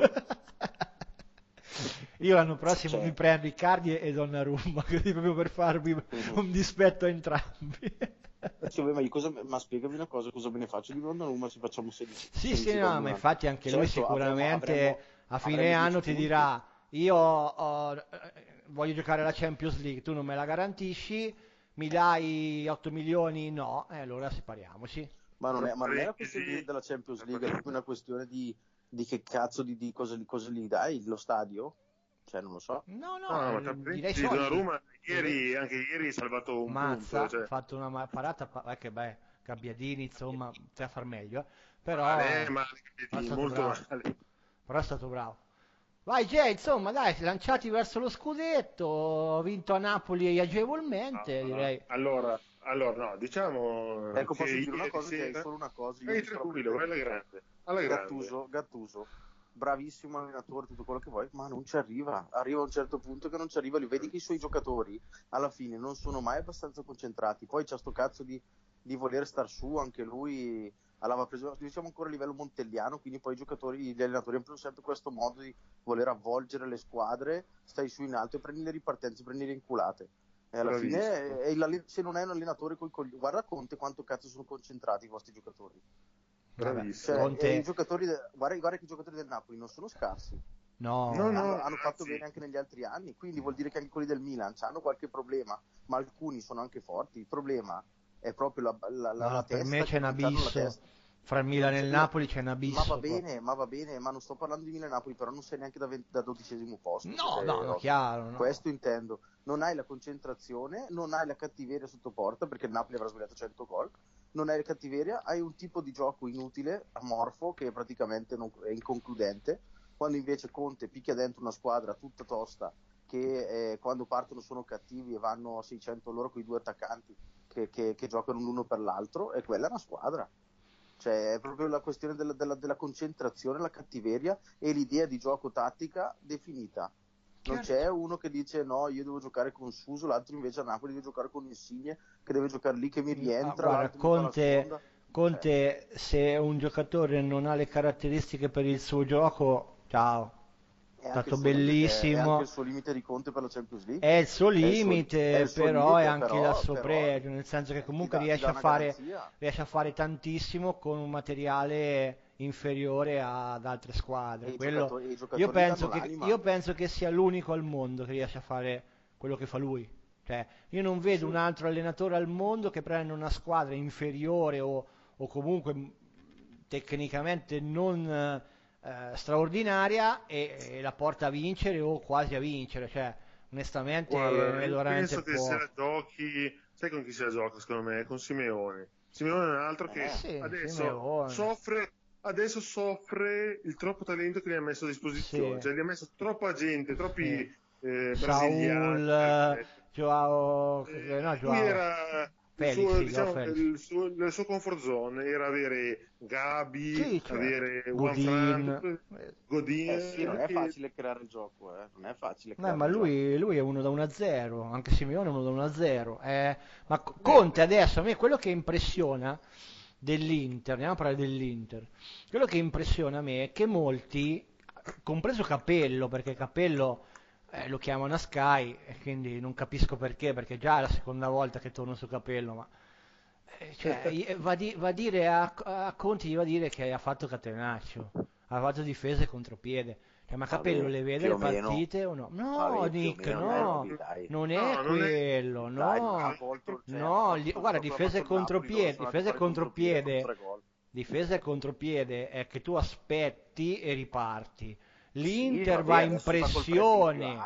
Io l'anno prossimo mi prendo Icardi e Donnarumma, così proprio per farvi un dispetto a entrambi. Ma spiegami una cosa, cosa me ne faccio di Donnarumma se facciamo 16? Sì, no, ma infatti anche lui sicuramente a fine anno ti dirà: io voglio giocare la Champions League, tu non me la garantisci, mi dai 8 milioni? No, allora separiamoci. Ma non è una questione della Champions League, è proprio una questione di che cazzo di cosa gli dai, lo stadio? Cioè non lo so. No, direi Donnarumma anche ieri ha salvato un punto, ha fatto una parata, che Gabbiadini, insomma, poteva far meglio, però molto male. Però è stato bravo. Vai Jay, insomma, dai, lanciati verso lo scudetto, ho vinto a Napoli agevolmente, direi. Allora, no, diciamo. Ecco, posso dire una cosa, che è solo una cosa. Vai tranquillo, vai alla grande. Gattuso. bravissimo allenatore, tutto quello che vuoi, ma non ci arriva a un certo punto che non ci arriva, vedi che i suoi giocatori alla fine non sono mai abbastanza concentrati, poi c'ha sto cazzo di voler star su, anche lui aveva preso, diciamo ancora a livello montelliano, quindi poi gli allenatori hanno preso sempre questo modo di voler avvolgere le squadre, stai su in alto e prendi le ripartenze, prendi le inculate. E alla fine se non è un allenatore guarda Conte quanto cazzo sono concentrati i vostri giocatori. Bravissimo. Cioè, i giocatori guarda che i giocatori del Napoli non sono scarsi. No, hanno fatto bene anche negli altri anni, quindi vuol dire che anche quelli del Milan hanno qualche problema, ma alcuni sono anche forti. Il problema è proprio la testa. Per me c'è un abisso fra il Milan e il Napoli, c'è un abisso. Ma va bene, ma non sto parlando di Milan e Napoli, però non sei neanche da 12° posto. No, chiaro. No. Questo intendo. Non hai la concentrazione, non hai la cattiveria sotto porta, perché il Napoli avrà sbagliato 100 gol. Non hai la cattiveria, hai un tipo di gioco inutile, amorfo, che praticamente è inconcludente, quando invece Conte picchia dentro una squadra tutta tosta, che quando partono sono cattivi e vanno a 600 loro con i 2 attaccanti che giocano l'uno per l'altro, e quella è una squadra. Cioè è proprio la questione della concentrazione, la cattiveria e l'idea di gioco tattica definita. Non c'è uno che dice no, io devo giocare con Suso, l'altro invece a Napoli deve giocare con Insigne, che deve giocare lì, che mi rientra. Guarda, Conte se un giocatore non ha le caratteristiche per il suo gioco, ciao, è stato bellissimo. È anche il suo limite di Conte per la Champions League. È il suo limite, però è anche il suo pregio, nel senso che comunque riesce a fare tantissimo con un materiale inferiore ad altre squadre. Io penso che sia l'unico al mondo che riesce a fare quello che fa lui. Cioè, io non vedo un altro allenatore al mondo che prenda una squadra inferiore o comunque tecnicamente non straordinaria e la porta a vincere o quasi a vincere. Cioè, onestamente io penso che se la giochi, sai con chi se la gioca secondo me? Con Simeone. Simeone è un altro che adesso soffre il troppo talento che gli ha messo a disposizione, cioè gli ha messo troppa gente, troppi brasiliani. Joao, lui era il suo comfort zone era avere Gabi, avere Godin. Non è facile creare il gioco, non è facile creare ma lui è uno da 1-0, anche Simeone è uno da 1-0. Ma Conte adesso, a me quello che impressiona dell'Inter, andiamo a parlare dell'Inter, quello che impressiona a me è che molti, compreso Capello, perché Capello lo chiamano a Sky e quindi non capisco perché già è la seconda volta che torno su Capello, ma va a dire a Conti, gli va a dire che ha fatto catenaccio, ha fatto difesa e contropiede. Ma Capello le vede le partite o no? No, Nick, no, non è quello, no, guarda, difesa e contropiede è che tu aspetti e riparti. L'Inter va in pressione,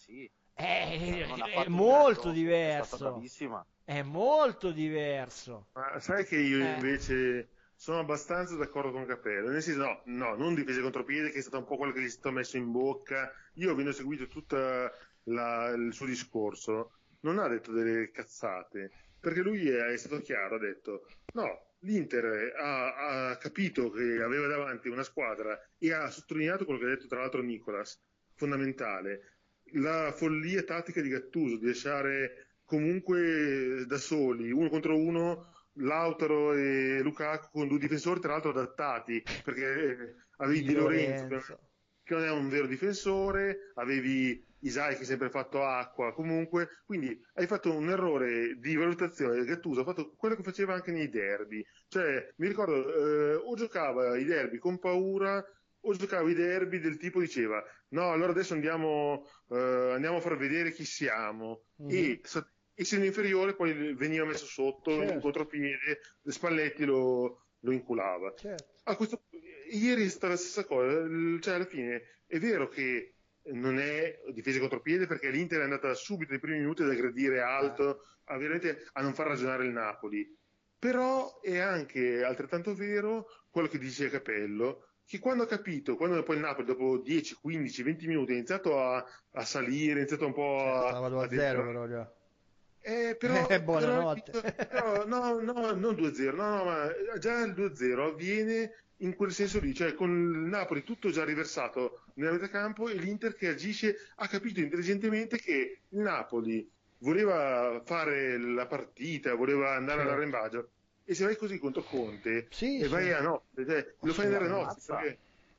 è molto diverso, è molto diverso. Ma sai che io invece sono abbastanza d'accordo con Capello, nel senso no, non difesa contropiede, che è stato un po' quello che gli è stato messo in bocca. Io avendo seguito tutto il suo discorso, non ha detto delle cazzate, perché lui è stato chiaro, ha detto no, l'Inter ha capito che aveva davanti una squadra e ha sottolineato quello che ha detto tra l'altro Nicolas, fondamentale, la follia tattica di Gattuso, di lasciare comunque da soli, uno contro uno, Lautaro e Lukaku con 2 difensori tra l'altro adattati, perché avevi Di Lorenzo che non è un vero difensore, avevi Isai che ha sempre fatto acqua comunque, quindi hai fatto un errore di valutazione. Gattuso ha fatto quello che faceva anche nei derby, cioè mi ricordo o giocava i derby con paura o giocava i derby del tipo diceva no, allora adesso andiamo a far vedere chi siamo, e essendo inferiore poi veniva messo sotto in contropiede, Spalletti lo inculava. Ieri è stata la stessa cosa, cioè alla fine è vero che non è difesa contropiede, perché l'Inter è andata subito nei primi minuti ad aggredire alto, a non far ragionare il Napoli, però è anche altrettanto vero quello che dice Capello, che quando ha capito, quando poi il Napoli dopo 10, 15, 20 minuti ha iniziato a salire, ha iniziato un po' stava 2-0 però già. Buonanotte. Però, no, no, non 2-0, no, no, ma già il 2-0 avviene in quel senso lì, cioè con il Napoli tutto già riversato nella metà campo e l'Inter che agisce, ha capito intelligentemente che il Napoli voleva fare la partita, voleva andare Certo. all'arrembaggio, e se vai così contro Conte Sì, e vai sì. a notte, lo fai andare a notte, Ammazza. perché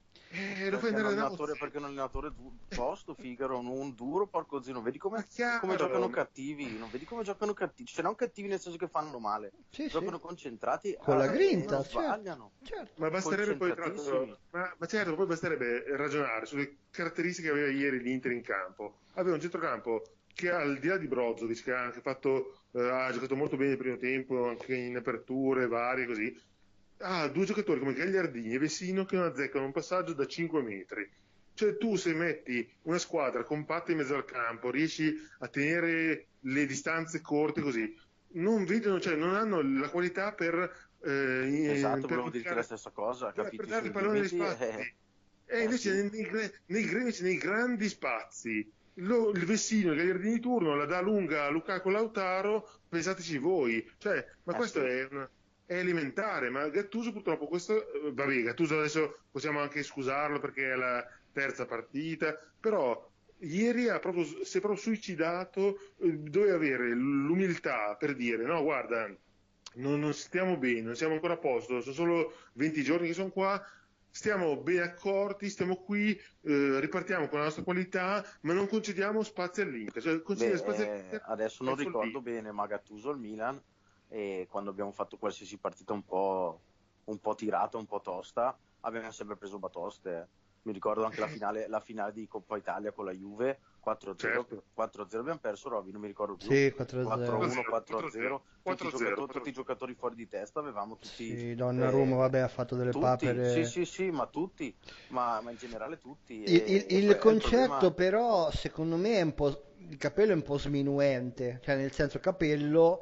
lo fai Perché andare a notte. perché è un allenatore tosto, Figaro, non duro, porco zio, non vedi Ma come giocano chiaro, cattivi, non vedi come giocano cattivi, cioè non cattivi nel senso che fanno male, Sì, sì. giocano concentrati Con la e grinta, non certo. sbagliano, Certo. ma basterebbe poi, tra concentratissimi. l'altro, ma certo, poi basterebbe ragionare sulle caratteristiche che aveva ieri l'Inter in campo. Aveva un centrocampo che al di là di Brozovic, che ha anche ha giocato molto bene il primo tempo, anche in aperture varie così, ha due giocatori come Gagliardini e Vessino che non azzeccano un passaggio da 5 metri. Cioè tu se metti una squadra compatta in mezzo al campo, riesci a tenere le distanze corte così, non vedono, cioè non hanno la qualità Esatto, per volevo dirti la stessa cosa, per capiti dare il sui pallone negli limiti, spazi. E sì. invece invece nei grandi spazi, il Vessino, il Gagliardini di turno la dà lunga a Lukaku Lautaro, pensateci voi. Cioè, ma questo Sì. è elementare, ma Gattuso purtroppo questo, vabbè, Gattuso adesso possiamo anche scusarlo perché è la terza partita, però ieri si è proprio suicidato, doveva avere l'umiltà per dire no, guarda, non stiamo bene, non siamo ancora a posto, sono solo 20 giorni che sono qua, stiamo ben accorti, stiamo qui, ripartiamo con la nostra qualità, ma non concediamo spazio all'Inter. Cioè, concedere spazio all'Inter Adesso è non ricordo follia. bene, ma Gattuso al Milan, e quando abbiamo fatto qualsiasi partita un po' tirata, un po' tosta, abbiamo sempre preso batoste. Mi ricordo anche la finale di Coppa Italia con la Juve, 4-0, Certo. 4-0 abbiamo perso, Roby, non mi ricordo più. Sì, 4-0. 4-1, 4-0, 4-0. tutti i giocatori fuori di testa, avevamo tutti... Sì, Donnarumma, vabbè, ha fatto delle tutti, sì, papere. sì, sì, ma tutti, ma in generale tutti. Il È il problema. concetto però, secondo me, è un po', il Capello è un po' sminuente, cioè nel senso Capello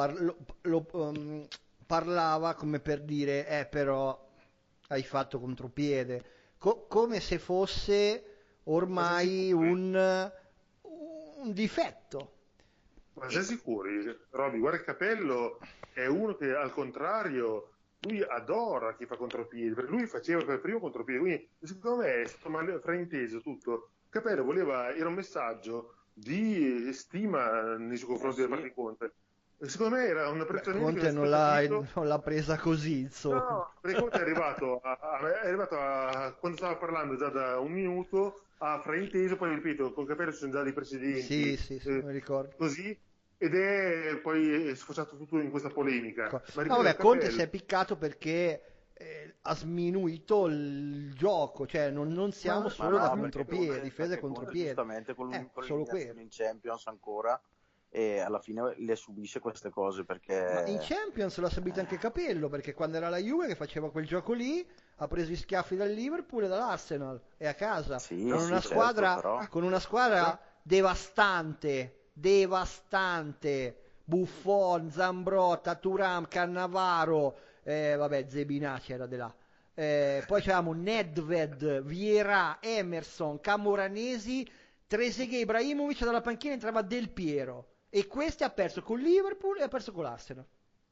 parlava come per dire, però hai fatto contropiede, come se fosse Ma sei ormai sicuri? un difetto. Ma sei E- sicuri? Roby, guarda il Capello è uno che al contrario, lui adora chi fa contropiedi, perché lui faceva per primo contropiedi, quindi secondo me è stato frainteso tutto. Capello era un messaggio di stima nei suoi confronti da parte Sì, di Conte. E secondo me era un Beh, apprezzamento che non Conte è stato capito. non l'ha presa così, insomma. No, perché Conte è arrivato quando stava parlando già da un minuto, ha frainteso, poi ripeto, col Capello ci sono già dei Sì, precedenti, sì, sì, mi ricordo. così, ed è poi sfociato tutto in questa polemica. Ma No, ripeto, il vabbè, Conte si Capello, è piccato perché ha sminuito il gioco, cioè non siamo ma solo da no, contropiede, difesa e perché Conte contropiede. giustamente con Solo quello. l'eliminazione in Champions ancora, e alla fine le subisce queste cose Ma in perché... Champions l'ha subito anche Capello, perché quando era la Juve che faceva quel gioco lì, ha preso i schiaffi dal Liverpool e dall'Arsenal, e a casa, Sì, sì, certo, però... con una però, squadra devastante, devastante. Buffon, Zambrotta, Thuram, Cannavaro, vabbè, Zebina c'era di là. Poi c'avevamo Nedved, Vieira, Emerson, Camoranesi, Trezeguet, Ibrahimovic, dalla panchina entrava Del Piero. E questi ha perso con Liverpool e ha perso con l'Arsenal.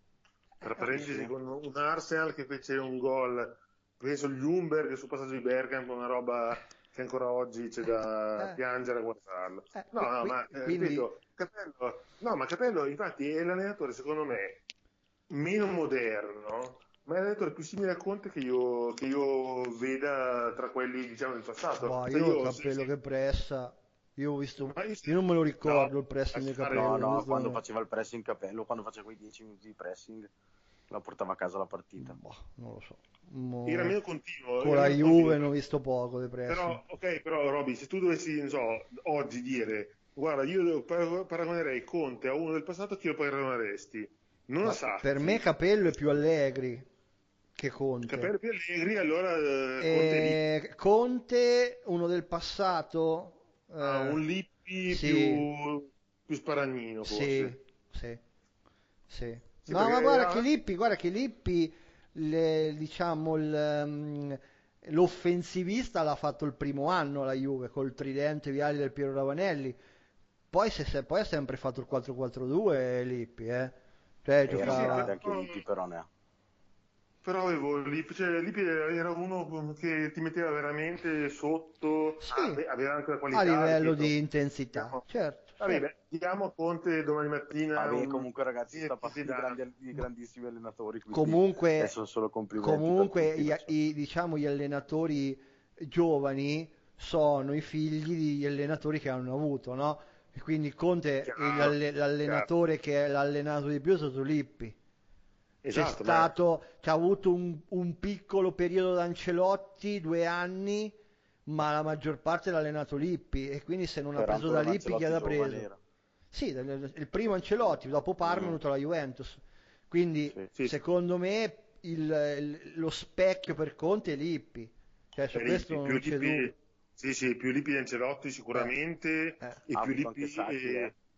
tra Sì, sì. parentesi, con un Arsenal che fece un gol, penso gli Ljungberg sul passaggio di Bergkamp, una roba che ancora oggi c'è da Eh, piangere a guardarlo. No, no, ma quindi ripeto, Capello, no, ma Capello infatti è l'allenatore secondo me meno moderno, ma è l'allenatore più simile a Conte che io veda tra quelli diciamo del passato. boh, Cioè io io, Capello che pressa, io ho visto, ma io non me lo no, ricordo il pressing di lascia No, Capello, fare. l'ho no, quando visto, faceva il pressing Capello, quando faceva quei 10 minuti di pressing, la portava a casa la partita. boh, non lo so. Era meno continuo, Con era la meno Juve continuo. ne ho visto poco di pressing. Però, ok, però Roby, se tu dovessi, non so, oggi dire, guarda, io paragonerei Conte a uno del passato, chi lo paragoneresti? Non a Ma per me Sassi, Capello è più Allegri che Conte. Capello più Allegri, allora Conte è Lippi, Conte, uno del passato, un Lippi sì, più sparagnino sì, forse. sì, sì. Sì, No, ma perché guarda che Lippi, diciamo, l'offensivista l'ha fatto il primo anno la Juve col tridente Viali del Piero Ravanelli. poi ha sempre fatto il 4-4-2 Lippi, cioè Era giocava... forte anche Lippi, però ne ha. Però avevo Lippi, cioè Lippi era uno che ti metteva veramente sotto, Sì, aveva anche la a qualità, livello ripeto. di intensità, certo, Vabbè, certo. diamo a Conte domani mattina Vabbè, comunque ragazzi, sta di parlando danno. di grandissimi allenatori, quindi Comunque, sono solo complimenti per comunque tutti. non so. diciamo, gli allenatori giovani sono i figli degli allenatori che hanno avuto, no? E quindi Conte, Chiaro, chiaro. l'allenatore che l'ha allenato di più è stato Lippi. Esatto, ma C'ha avuto un piccolo periodo da Ancelotti, 2 anni, ma la maggior parte l'ha allenato Lippi e quindi se non ha Però preso da ancora un Lippi chi Ancelotti ha giovane preso? era. Sì, il primo Ancelotti, dopo Parma è venuto la Juventus. Quindi Sì. sì, secondo me lo specchio per Conte è Lippi, cioè su questo Lippi, più non c'è dubbio. Lippi, sì, più Lippi di Ancelotti Eh, sicuramente, eh. e Ha più avuto anche Lippi, Sacchi,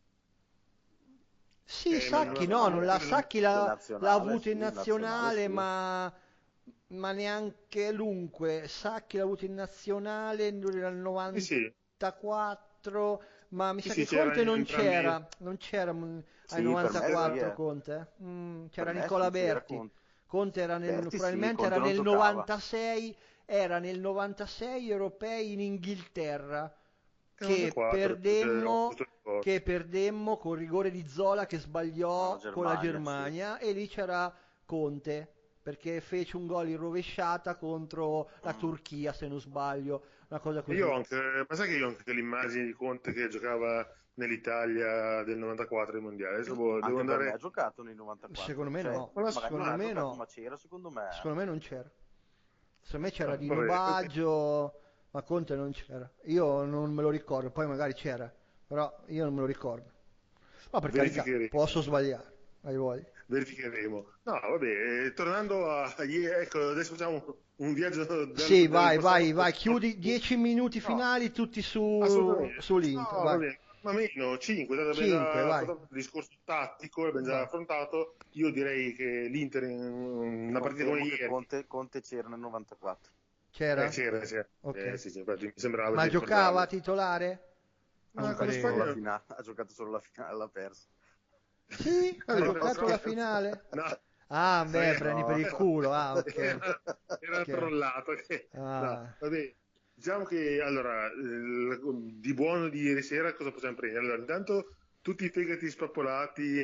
Sì, ma Sacchi non no, ha non l'ha, Sacchi In l'ha nazionale, avuto sì, in in nazionale, nazionale, sì. ma neanche lunque. Sacchi l'ha avuto in nazionale nel sì, sì, 94, ma mi sì, sa sì, che Conte c'erano non entrambi, c'era, non c'era ai Sì, per me sì, 94 Conte. Per C'era me Nicola sì, c'era Berti. Conte. Conte Berti sì, probabilmente Conte non giocava. era nel 96 europei in Inghilterra che 94, cioè, ho perdemmo, questo ricordo. che perdemmo col rigore di Zola che No, la sbagliò con la Germania, sì. Germania e lì c'era Conte perché fece un gol in rovesciata contro la Mm. Turchia, se non sbaglio, una cosa E io così. ho anche, ma sai che io ho anche l'immagine di Conte che giocava nell'italia del 94 ai mondiali? Adesso devo Anche per me ha andare, giocato nei Secondo 94. me Cioè, no, magari non secondo ha me giocato, ma no, c'era secondo me. secondo me non c'era. Secondo me c'era Dino vabbè, Baggio, ma Conte non c'era. Io non me lo ricordo, poi magari c'era, però io non me lo ricordo. Ma per carità, verificheremo. posso sbagliare, hai voglia. Verificheremo. No, vabbè, tornando ecco, adesso facciamo un viaggio Sì, dal vai, passato. vai, chiudi 10 minuti No, finali tutti assolutamente. sull'Inter, No, vai. vabbè, ma meno 5, dato che abbiamo 5, già vai, affrontato il discorso tattico, l'abbiamo già vai. affrontato, io direi che l'Inter in una partita come Confermo che ieri, Conte c'era nel 94. C'era? c'era. Ok. Sì, infatti mi sembrava Ma di giocava ricordarlo. titolare? Ma Non con Giocato la solo la credo. Spagna... finale, ha giocato solo la finale, l'ha persa. Sì? Ha No, giocato la finale? no, Ah, beh, prendi per No. il culo. Ah, ok. era Ok. trollato. No, Ah. vabbè, diciamo che allora, di buono di ieri sera cosa possiamo prendere? Allora, intanto tutti i fegati spappolati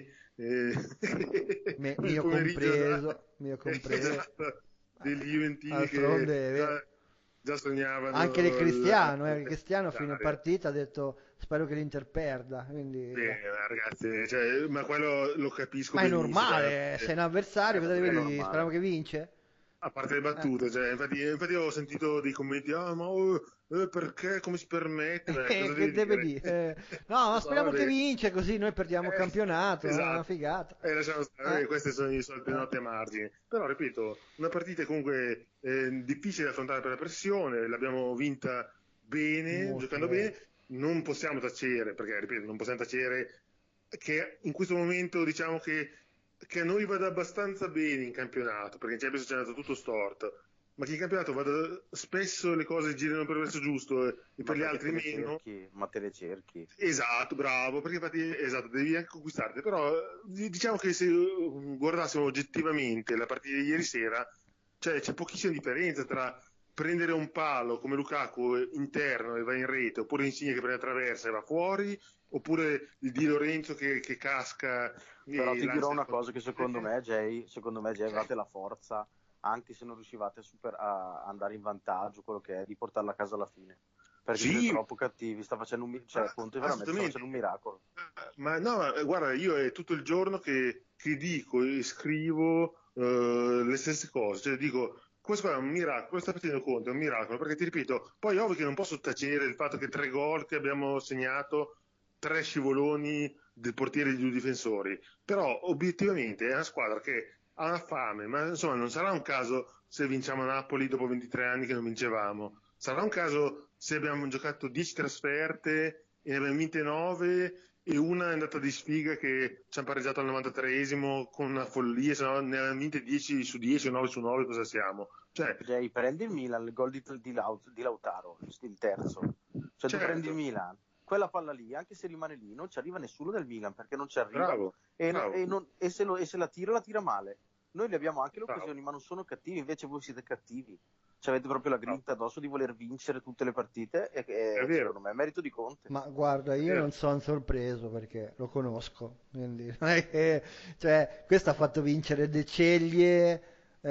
il Mio pomeriggio compreso, mio compreso. esatto, degli Juventini che D'altronde è vero. già Anche del sognavano Cristiano, il Cristiano a fine l'Italia. partita ha detto spero che l'Inter perda, quindi... Bene, ragazzi, cioè, ma quello lo capisco Ma è benissimo. normale, sei un avversario, cosa Vabbè, è devi... Speriamo normale. che vince? A parte le battute, cioè, infatti ho sentito dei commenti, ma perché, come si permette? Ma cosa Che devi deve dire? dire? No, ma Ma speriamo che vabbè, vince, così noi perdiamo il campionato, è una esatto. figata. Lasciamo stare, Eh, queste sono i soliti eh. note a margine. Però, ripeto, una partita comunque difficile da affrontare per la pressione, l'abbiamo vinta bene, Molto giocando bene. bene, non possiamo tacere, perché, ripeto, non possiamo tacere che in questo momento diciamo che a noi vada abbastanza bene in campionato, perché in Champions c'è andato tutto storto, ma che in campionato vada spesso le cose girino per il verso giusto e Ma per gli perché altri te le meno. cerchi? Ma te le cerchi? Esatto, bravo, perché infatti esatto, devi anche conquistarti, però diciamo che se guardassimo oggettivamente la partita di ieri sera, cioè c'è pochissima differenza tra prendere un palo come Lukaku interno e va in rete, oppure Insigne che prende la traversa e va fuori, oppure il Di Lorenzo che casca Però e ti dirò lancia il una cosa, che pallone. secondo me Jay Cioè, avevate la forza, anche se non riuscivate a andare in vantaggio, quello che è, di portarla a casa alla fine. Perché siete sì, troppo cattivi, cioè Conte veramente sta assolutamente. facendo un miracolo. Ma no, guarda, io è tutto il giorno che dico e scrivo le stesse cose, cioè dico, questo qua è un miracolo, questo sta facendo Conte, è un miracolo, perché ti ripeto, poi ovvio che non posso tacere il fatto che 3 gol che abbiamo segnato, 3 scivoloni del portiere e di 2 difensori, però obiettivamente è una squadra che ha una fame, ma insomma non sarà un caso se vinciamo a Napoli dopo 23 anni che non vincevamo, sarà un caso se abbiamo giocato 10 trasferte e ne abbiamo vinte 9 e una è andata di sfiga che ci hanno pareggiato al 93esimo con una follia, se no ne abbiamo vinte 10 su 10 o 9 su 9, cosa siamo? Jay, prendi il Milan, il gol di Lautaro, il terzo. Cioè tu prendi il Certo, Milan, quella palla lì, anche se rimane lì, non ci arriva nessuno del Milan perché non ci arriva. Bravo, bravo. E se la tira male. Noi le abbiamo anche le Bravo. occasioni, ma non sono cattivi, invece voi siete cattivi. Cioè, avete proprio la grinta addosso di voler vincere tutte le partite e secondo me è merito di Conte. Ma guarda, io non sono sorpreso perché lo conosco, quindi non è che, cioè, questo ha fatto vincere De Ceglie,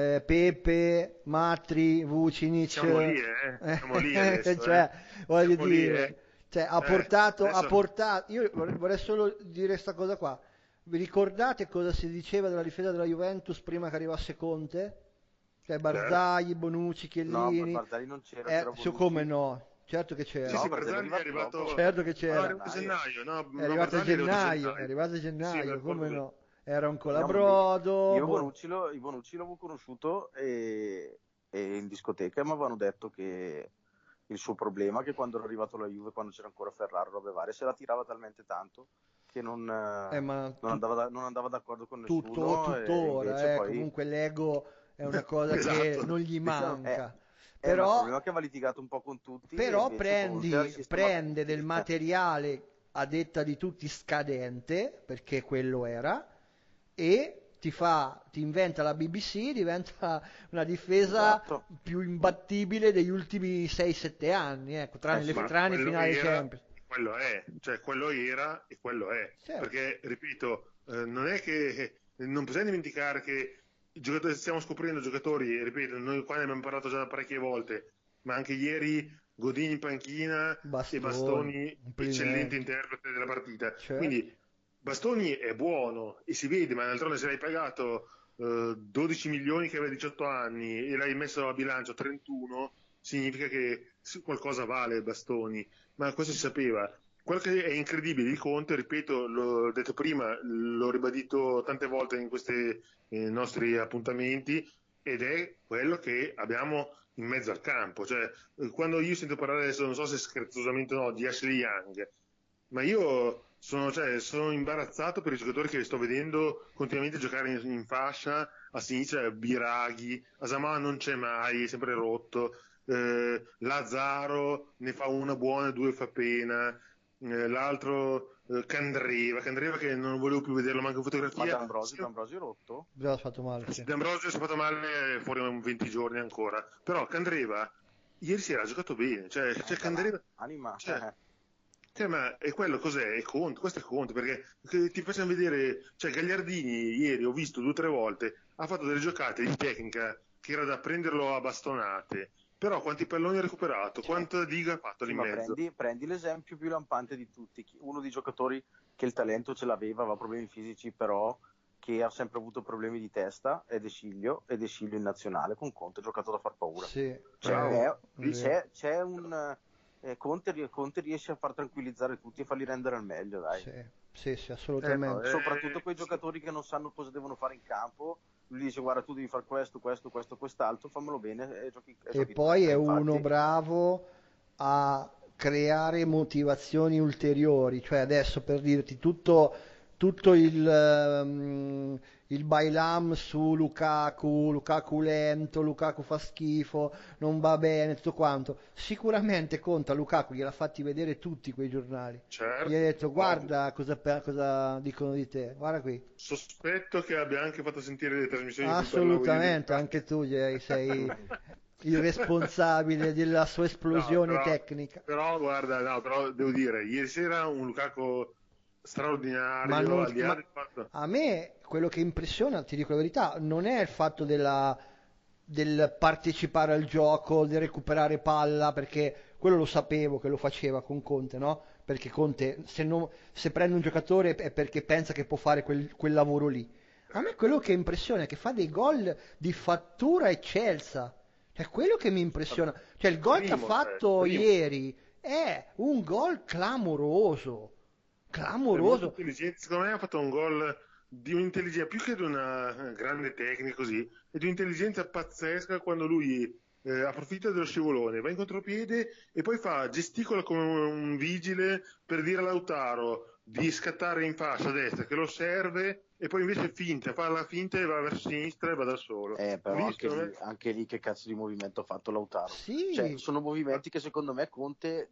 Pepe, Matri, Vucinic. Siamo lì, siamo lì adesso, cioè, voglio siamo lì, dire, cioè, ha portato, adesso... io vorrei solo dire questa cosa qua. Vi ricordate cosa si diceva della difesa della Juventus prima che arrivasse Conte? Cioè Barzagli, Bonucci, Chiellini. No, Barzagli non c'era. Come no? Certo che c'era. Sì, Barzagli è arrivato... Certo che c'era. È arrivato a gennaio, no? È arrivato a gennaio, sì, come no? Era un colabrodo. Io Bonucci l'avevo conosciuto e in discoteca mi avevano detto che il suo problema è che quando era arrivato alla Juve, quando c'era ancora Ferraro, robe varie, se la tirava talmente tanto che non andava d'accordo con nessuno. Tuttora, poi... comunque l'ego è una cosa esatto. che non gli manca. Però il però problema è che aveva litigato un po' con tutti. Però prende del materiale a detta di tutti scadente, perché quello era, e ti inventa la BBC, diventa una difesa più imbattibile degli ultimi 6-7 anni, ecco, tranne le finali Champions. Quello è, cioè quello era e quello è, certo. Perché, ripeto, non è che non possiamo dimenticare che i giocatori, stiamo scoprendo giocatori, ripeto, noi qua ne abbiamo parlato già parecchie volte, ma anche ieri Godin in panchina e Bastoni eccellente interprete della partita, certo. Quindi Bastoni è buono e si vede, ma d'altronde se l'hai pagato 12 milioni che aveva 18 anni e l'hai messo a bilancio 31, significa che qualcosa vale Bastoni, ma questo si sapeva. Quello che è incredibile di Conte, ripeto, l'ho detto prima, l'ho ribadito tante volte in questi nostri appuntamenti, ed è quello che abbiamo in mezzo al campo. Cioè, quando io sento parlare adesso, non so se scherzosamente o no, di Ashley Young, ma io sono imbarazzato per i giocatori che sto vedendo continuamente giocare in fascia. A sinistra Biraghi, Asamoah non c'è mai, è sempre rotto, Lazzaro ne fa una buona, due fa pena, l'altro Candreva che non volevo più vederlo manco in fotografia. Ma D'Ambrosio è rotto? Già fatto male, sì. D'Ambrosio si è fatto male fuori 20 giorni ancora, però Candreva ieri sera ha giocato bene, cioè Candreva anima, ma è quello, cos'è? È Conte, questo è Conte, perché ti facciamo vedere, cioè Gagliardini ieri ho visto 2 o 3 volte, ha fatto delle giocate di tecnica che era da prenderlo a bastonate, però quanti palloni ha recuperato, quanta diga ha fatto lì in mezzo. Prendi l'esempio più lampante di tutti, uno dei giocatori che il talento ce l'aveva, aveva problemi fisici, però che ha sempre avuto problemi di testa, è De Sciglio in nazionale, con Conte ha giocato da far paura. Sì, c'è un... Conte riesce a far tranquillizzare tutti e farli rendere al meglio, dai. Sì, assolutamente. Soprattutto quei giocatori che non sanno cosa devono fare in campo, lui dice guarda tu devi fare questo, quest'altro, fammelo bene e giochi. E poi è uno bravo a creare motivazioni ulteriori, cioè adesso per dirti tutto il bailam su Lukaku lento, Lukaku fa schifo, non va bene, tutto quanto. Sicuramente conta Lukaku, gliel'ha fatti vedere tutti quei giornali. Certo. Gli ha detto guarda cosa dicono di te, guarda qui. Sospetto che abbia anche fatto sentire le trasmissioni. Assolutamente, anche tu sei il responsabile della sua esplosione tecnica. Però guarda, però devo dire, ieri sera un Lukaku straordinario. A me quello che impressiona, ti dico la verità, non è il fatto del partecipare al gioco, del recuperare palla, perché quello lo sapevo che lo faceva con Conte, no? Perché Conte se prende un giocatore è perché pensa che può fare quel lavoro lì. A me quello che impressiona è che fa dei gol di fattura eccelsa. È quello che mi impressiona. Cioè il gol che ha fatto ieri è un gol clamoroso. Secondo me ha fatto un gol di un'intelligenza, più che di una grande tecnica così, è di un'intelligenza pazzesca quando lui approfitta dello scivolone, va in contropiede e poi gesticola come un vigile per dire a Lautaro di scattare in fascia a destra che lo serve, e poi invece fa la finta e va verso sinistra e va da solo. Però anche lì che cazzo di movimento ha fatto Lautaro? Sì. Cioè, sono movimenti che secondo me Conte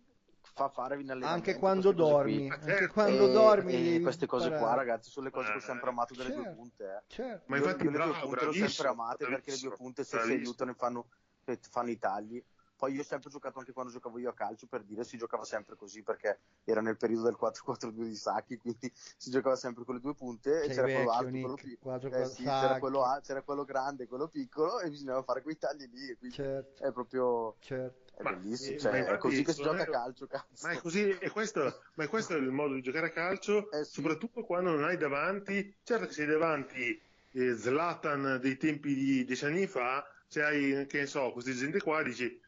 fa fare in allenamento Anche quando queste cose dormi, qui. anche quando dormi E devi queste cose qua, imparare. ragazzi, sono le cose che ho sempre amato delle due Certo, punte. certo. Ma Io infatti le due bravo, punte le ho sempre bravissimo, amate perché le due bravissimo, punte si bravissimo. aiutano e fanno i tagli. Poi io ho sempre giocato anche quando giocavo io a calcio, per dire, si giocava sempre così perché era nel periodo del 4-4-2 di Sacchi, quindi si giocava sempre con le due punte e Sei c'era quello vecchio, alto, quello Nick. piccolo. 4 Sì, c'era quello grande e quello piccolo e bisognava fare quei tagli lì. E quindi Certo, è proprio certo. è Ma, bellissimo, ma cioè, è infatti, così che si secondo gioca a me- calcio, ma è cazzo. così, ma è questo il modo di giocare a calcio, Eh sì, soprattutto quando non hai davanti, certo che sei davanti Zlatan dei tempi di 10 anni fa, se hai, che ne so, questa gente qua,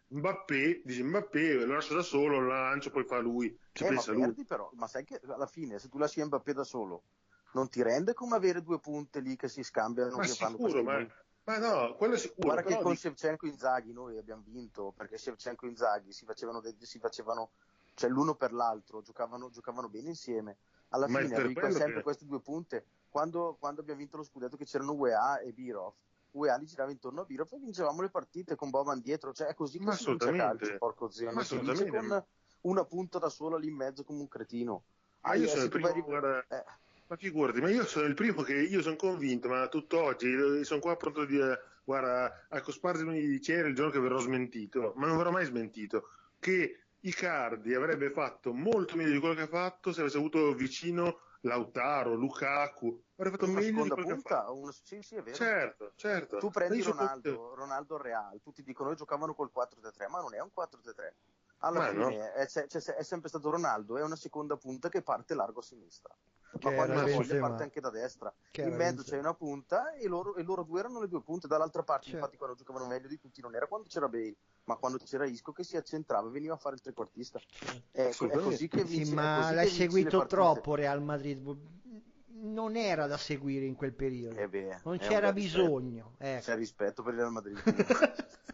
dici Mbappé, lo lascio da solo, lo lancio, poi fa lui, ci ma pensa lui. perdi però, ma sai che alla fine se tu lasci Mbappé da solo, non ti rende come avere due punte lì che si scambiano, Ma che fanno sicuro, questi... ma no, quello è sicuro, Guarda che però con Shevchenko e Inzaghi noi abbiamo vinto, perché Shevchenko e Inzaghi si facevano cioè l'uno per l'altro, giocavano bene insieme. Alla ma è fine per avevi quello sempre che... queste due punte. Quando abbiamo vinto lo scudetto che c'erano UEA e Birov, UEA li girava intorno a Birov e vincevamo le partite con Boban dietro, cioè è così che Ma si vince a calcio, assolutamente, porco zio, ma non si vince assolutamente. con una punta da solo lì in mezzo come un cretino. Ma io sono Se il tu vai... primo, guarda, eh, ma figurati, ma io sono il primo che io sono convinto, ma tutt'oggi sono qua pronto guarda, a cospargermi di cera il giorno che verrò smentito, ma non verrò mai smentito, che Icardi avrebbe fatto molto meglio di quello che ha fatto se avesse avuto vicino Lautaro, Lukaku, avrebbe fatto una meglio di seconda quello che ha fatto. punta, sì, è vero. Certo, certo. Tu Ma prendi io sono convinto- Ronaldo al Real, tutti dicono che giocavano col 4-3-3, ma non è un 4-3-3. Alla Ma no, fine è sempre stato Ronaldo, è una seconda punta che parte largo a sinistra, Che ma quando era c'ha voglia Benzema. parte anche da destra. Che In era mezzo Benzema. c'è una punta e loro due erano le due punte. Dall'altra parte, Certo. infatti, quando giocavano meglio di tutti non era quando c'era Bale, ma quando c'era Isco che si accentrava e veniva a fare il trequartista. È così che Sì, vinci, è ma così l'hai che vinci le seguito partite. troppo Real Madrid. Non era da seguire in quel periodo. Beh, Non è un c'era bel rispetto. bisogno. Ecco. C'è rispetto per il Real Madrid comunque.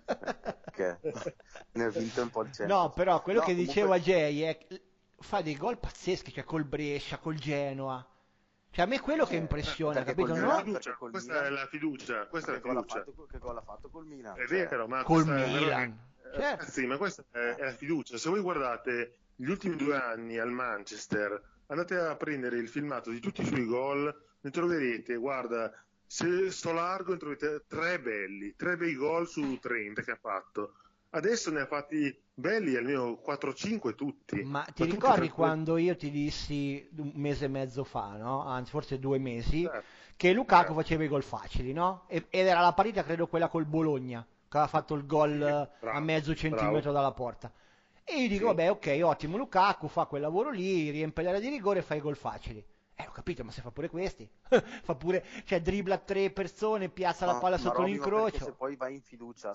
Che ne ha vinto un po' di Champions. No, però quello No, che comunque, diceva Jay è fa dei gol pazzeschi, cioè col Brescia, col Genoa. Cioè a me è quello che impressiona, perché capito? col è Milan, la No? fiducia, perché col questa Milan, è la fiducia, questa è la che gol ha fiducia. fatto col Milan? È Cioè, vero, ma Col questa Milan. Certo. ragazzi, ma questa è la fiducia. Se voi guardate gli ultimi 2 anni al Manchester, andate a prendere il filmato di tutti i suoi gol, ne troverete, guarda, se sto largo ne trovate 3 bei gol su 30 che ha fatto. Adesso ne ha fatti belli almeno 4-5 tutti. Ma ti tutti ricordi per- quando io ti dissi un mese e mezzo fa, no? Anzi, forse 2 mesi, Certo, che Lukaku certo. faceva i gol facili, no? Ed era la partita, credo, quella col Bologna, che aveva fatto il gol Sì, a bravo, mezzo centimetro bravo. dalla porta. E io dico, Sì. vabbè, ok, ottimo, Lukaku fa quel lavoro lì, riempie l'area di rigore e fa i gol facili. Ho capito, ma se fa pure questi, fa pure, cioè dribbla 3 persone, piazza la palla ma sotto Roby, ma perché se l'incrocio. poi vai in fiducia,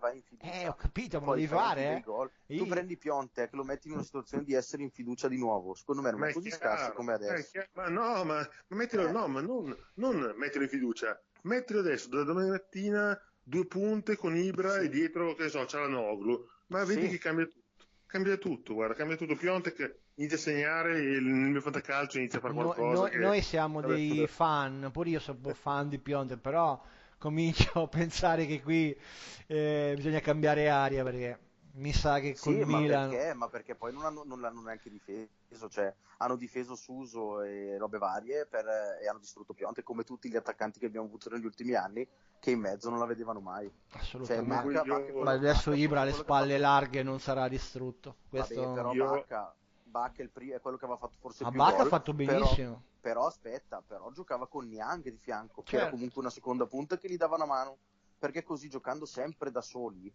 Ho capito, ma lo poi devi fai anche fare, dei gol. Tu Io- prendi Piontek, lo metti in una situazione di essere in fiducia di nuovo. Secondo me non Ma è è così scarso chiaro, come adesso. ma no, ma mettilo, Eh, no, ma non mettilo in fiducia, mettilo adesso, da domani mattina, 2 punte con Ibra e dietro, che ne so, c'è la Noglu, ma vedi sì, che cambia tutto, guarda, cambia tutto, Piontek inizia a segnare, nel mio fantacalcio inizia a fare qualcosa Noi siamo dei fan, pure io sono un po' fan di Piontek, però comincio a pensare che qui bisogna cambiare aria perché mi sa che col sì, Milan... ma perché poi non l'hanno neanche difeso, cioè hanno difeso Suso e robe varie e hanno distrutto Piontek come tutti gli attaccanti che abbiamo avuto negli ultimi anni che in mezzo non la vedevano mai. Cioè, Assolutamente. Io- Ma adesso Bacca, Ibra forse alle quello che ha spalle fatto... larghe non sarà distrutto. Vabbè, però Questo... io, Bacca è quello che aveva fatto forse Ma più Bacca ha gol, fatto benissimo. però aspetta, però giocava con Niang di fianco, che era Certo. comunque una seconda punta che gli dava una mano, perché così giocando sempre da soli,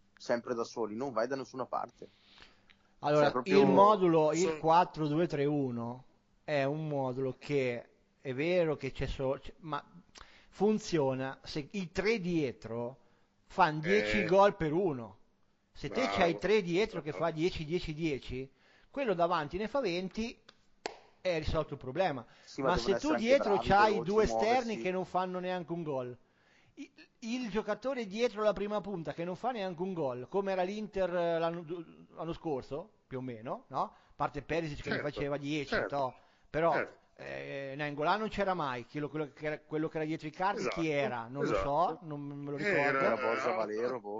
non vai da nessuna parte. Allora, Cioè, proprio... il modulo, il sono- 4-2-3-1 è un modulo che è vero che c'è solo, ma funziona se i tre dietro fanno 10 eh, gol per uno. Se te c'hai bravo, 3 dietro che bravo. fa 10-10-10, quello davanti ne fa 20 è risolto il problema. Sì, Ma devono se tu essere anche dietro bravi, c'hai veloci, due esterni muoversi. che non fanno neanche un gol, il giocatore dietro la prima punta che non fa neanche un gol, come era l'Inter l'anno scorso, più o meno, no? A parte Perisic che ne Certo, faceva 10, certo, però certo. Nainggolan non c'era mai, quello che era dietro i cardi chi Esatto, era? Non lo so, esatto. non me lo Era Era ricordo. Borja Valero, boh.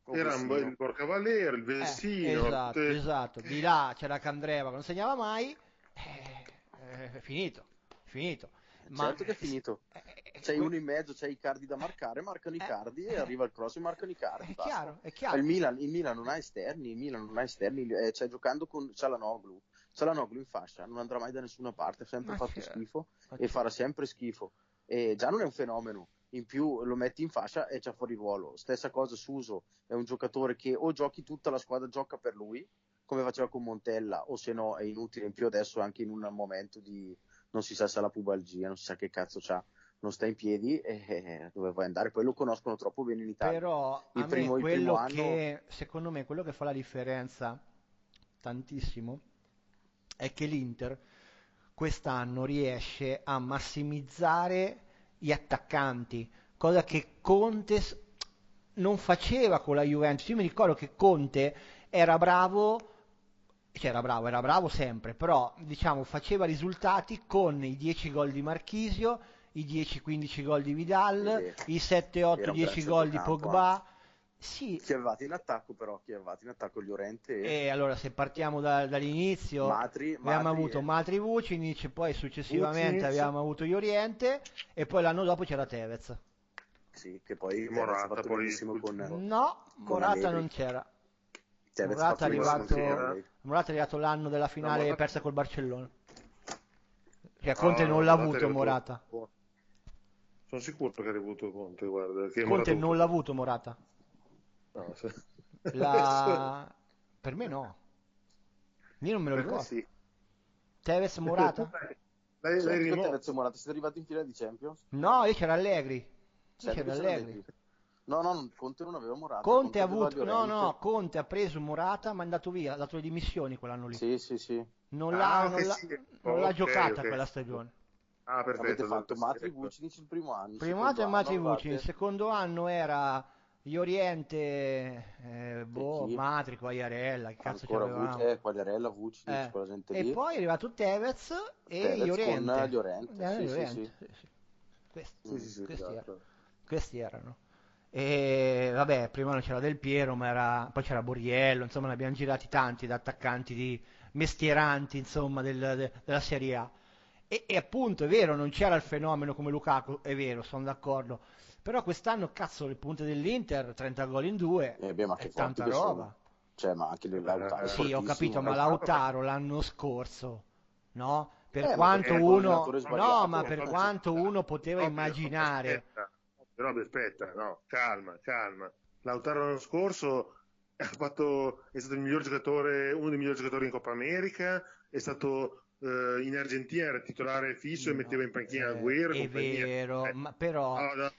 Era il Borcavallero, il Vessino. Esatto. Di là c'era Candreva che non segnava mai. È finito. Certo che è finito. C'hai uno in mezzo, c'hai Icardi da marcare, marcano Icardi e arriva il cross e marcano Icardi. È chiaro. Il Milan non ha esterni, cioè giocando con Çalhanoğlu in fascia, non andrà mai da nessuna parte, ha sempre fatto schifo e farà sempre schifo. E già non è un fenomeno, in più lo metti in fascia e c'ha fuori ruolo. Stessa cosa Suso, è un giocatore che o giochi tutta la squadra gioca per lui, come faceva con Montella, o se no è inutile, in più adesso anche in un momento di non si sa se ha la pubalgia, non si sa che cazzo c'ha, non sta in piedi e dove vuoi andare, poi lo conoscono troppo bene in Italia. Però il primo anno... che secondo me quello che fa la differenza tantissimo è che l'Inter quest'anno riesce a massimizzare gli attaccanti, cosa che Conte non faceva con la Juventus. Io mi ricordo che Conte era bravo sempre, però diciamo faceva risultati con i 10 gol di Marchisio, i 10-15 gol di Vidal, i 7-8-10 gol di Pogba. Sì. Chi avevate in attacco Llorente e allora se partiamo dall'inizio abbiamo avuto Matri, Vucinic, poi successivamente abbiamo avuto Llorente e poi l'anno dopo c'era Tevez. Sì, che poi Morata Morata non c'era. Morata è arrivato l'anno della finale persa col Barcellona. Cioè Conte non l'ha avuto Morata. Sono sicuro che ha avuto Conte, guarda. Che Conte non l'ha avuto Morata. No, per me no. Io non me lo ricordo. Sì. Tevez Morata? Tevez Morata, siete arrivati in finale di Champions? No, io c'era Allegri. No, Conte non aveva Morata. Conte ha preso Morata, ma è andato via, ha dato le dimissioni quell'anno lì. Sì. Non l'ha giocata quella stagione. Perfetto. Avete fatto Matri Vucinic il primo anno. Primo anno è Matri Vucinic, il secondo anno era Llorente, Matri, Quagliarella, che cazzo c'avevamo? Quagliarella, Vucinic, quella gente lì. E poi è arrivato Tevez e Llorente. Con Llorente. Questi erano. E vabbè, prima non c'era Del Piero, poi c'era Borriello, insomma ne abbiamo girati tanti da attaccanti di mestieranti, insomma, della Serie A. E appunto è vero, non c'era il fenomeno come Lukaku, è vero, sono d'accordo. Però quest'anno, cazzo, le punte dell'Inter, 30 gol in 2, è tanta roba. Cioè, ma anche Lautaro. Sì, ho capito, ma Lautaro l'anno scorso, no? Per quanto uno poteva immaginare. Però aspetta, no, calma. Lautaro l'anno scorso è stato il miglior giocatore, uno dei migliori giocatori in Coppa America, è stato in Argentina, era titolare fisso e metteva in panchina Agüero. È vero, ma però...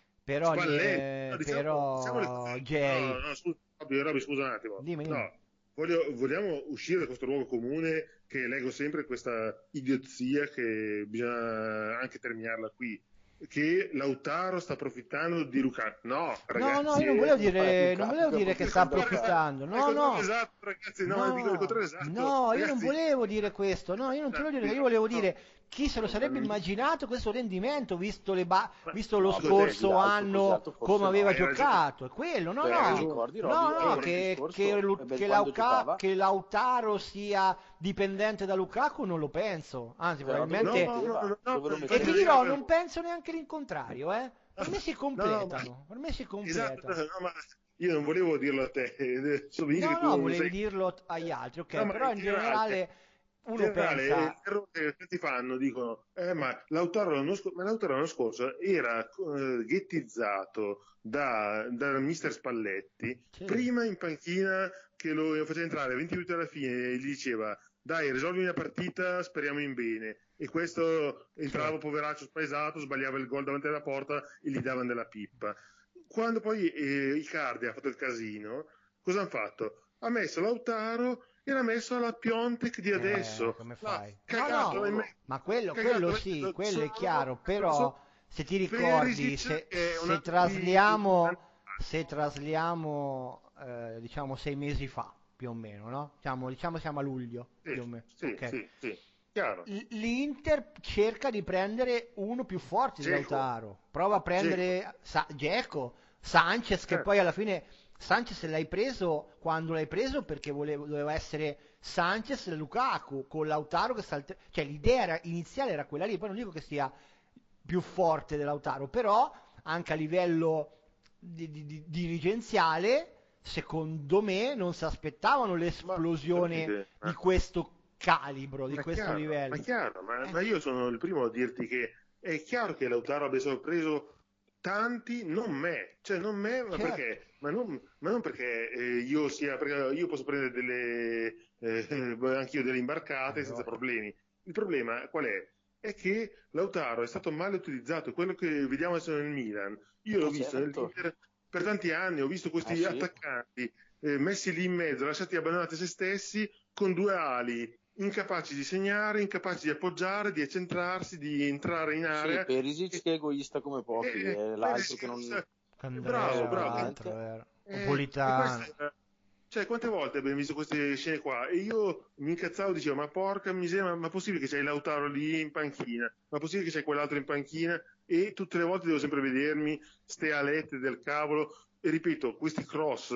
Jay... Robby, scusa un attimo. Dimmi. No, vogliamo uscire da questo luogo comune che leggo sempre questa idiozia che bisogna anche terminarla qui, che Lautaro sta approfittando di Lukaku. No, ragazzi, no, io non volevo dire che sta approfittando. No, esatto, ragazzi, dico il contrario esatto. No, io non volevo dire questo. No, io non te lo volevo dire. Io volevo dire chi se lo sarebbe immaginato questo rendimento visto lo scorso anno come aveva giocato. È quello, che Lautaro sia dipendente da Lukaku non lo penso, anzi probabilmente e ti dirò non penso neanche l'incontrario, per me si completano. Esatto, ma io non volevo dirlo a te, volevi dirlo agli altri, ok, però in generale uno pensa che ti fanno, dicono ma Lautaro l'anno scorso era ghettizzato da mister Spalletti, prima in panchina che lo faceva entrare 20 minuti alla fine e gli diceva dai risolvi la partita, speriamo in bene, e questo entrava poveraccio spaesato, sbagliava il gol davanti alla porta e gli davano della pippa. Quando poi Icardi ha fatto il casino, cosa hanno fatto? Ha messo Lautaro e l'ha messo alla Piontek di adesso. Come fai? Ma quello sì, quello è chiaro, però se ti ricordi, se trasliamo diciamo 6 mesi fa, più o meno, no? Diciamo siamo a luglio, più o meno. Sì, chiaro. L'Inter cerca di prendere uno più forte di Lautaro, prova a prendere Dzeko, Sanchez, che poi alla fine Sanchez l'hai preso quando l'hai preso perché doveva essere Sanchez e Lukaku con Lautaro che cioè l'idea iniziale era quella lì, poi non dico che sia più forte di Lautaro, però anche a livello dirigenziale secondo me non si aspettavano l'esplosione di questo calibro, di questo livello. Ma chiaro, ma io sono il primo a dirti che è chiaro che Lautaro abbia sorpreso tanti, non me, ma Certo. perché? Ma non perché io sia, perché io posso prendere anch'io delle imbarcate senza problemi. Il problema qual è? È che Lautaro è stato male utilizzato, quello che vediamo adesso nel Milan. Io l'ho visto nell'Inter per tanti anni, ho visto questi attaccanti messi lì in mezzo, lasciati abbandonati a se stessi con due ali, incapaci di segnare, incapaci di appoggiare, di accentrarsi, di entrare in area. Sì, Perisic che è egoista come pochi, l'altro che non... Bravo. Napolitano. Cioè, quante volte abbiamo visto queste scene qua e io mi incazzavo, dicevo, ma porca miseria, ma possibile che c'hai Lautaro lì in panchina? Ma possibile che c'hai quell'altro in panchina? E tutte le volte devo sempre vedermi ste alette del cavolo e ripeto, questi cross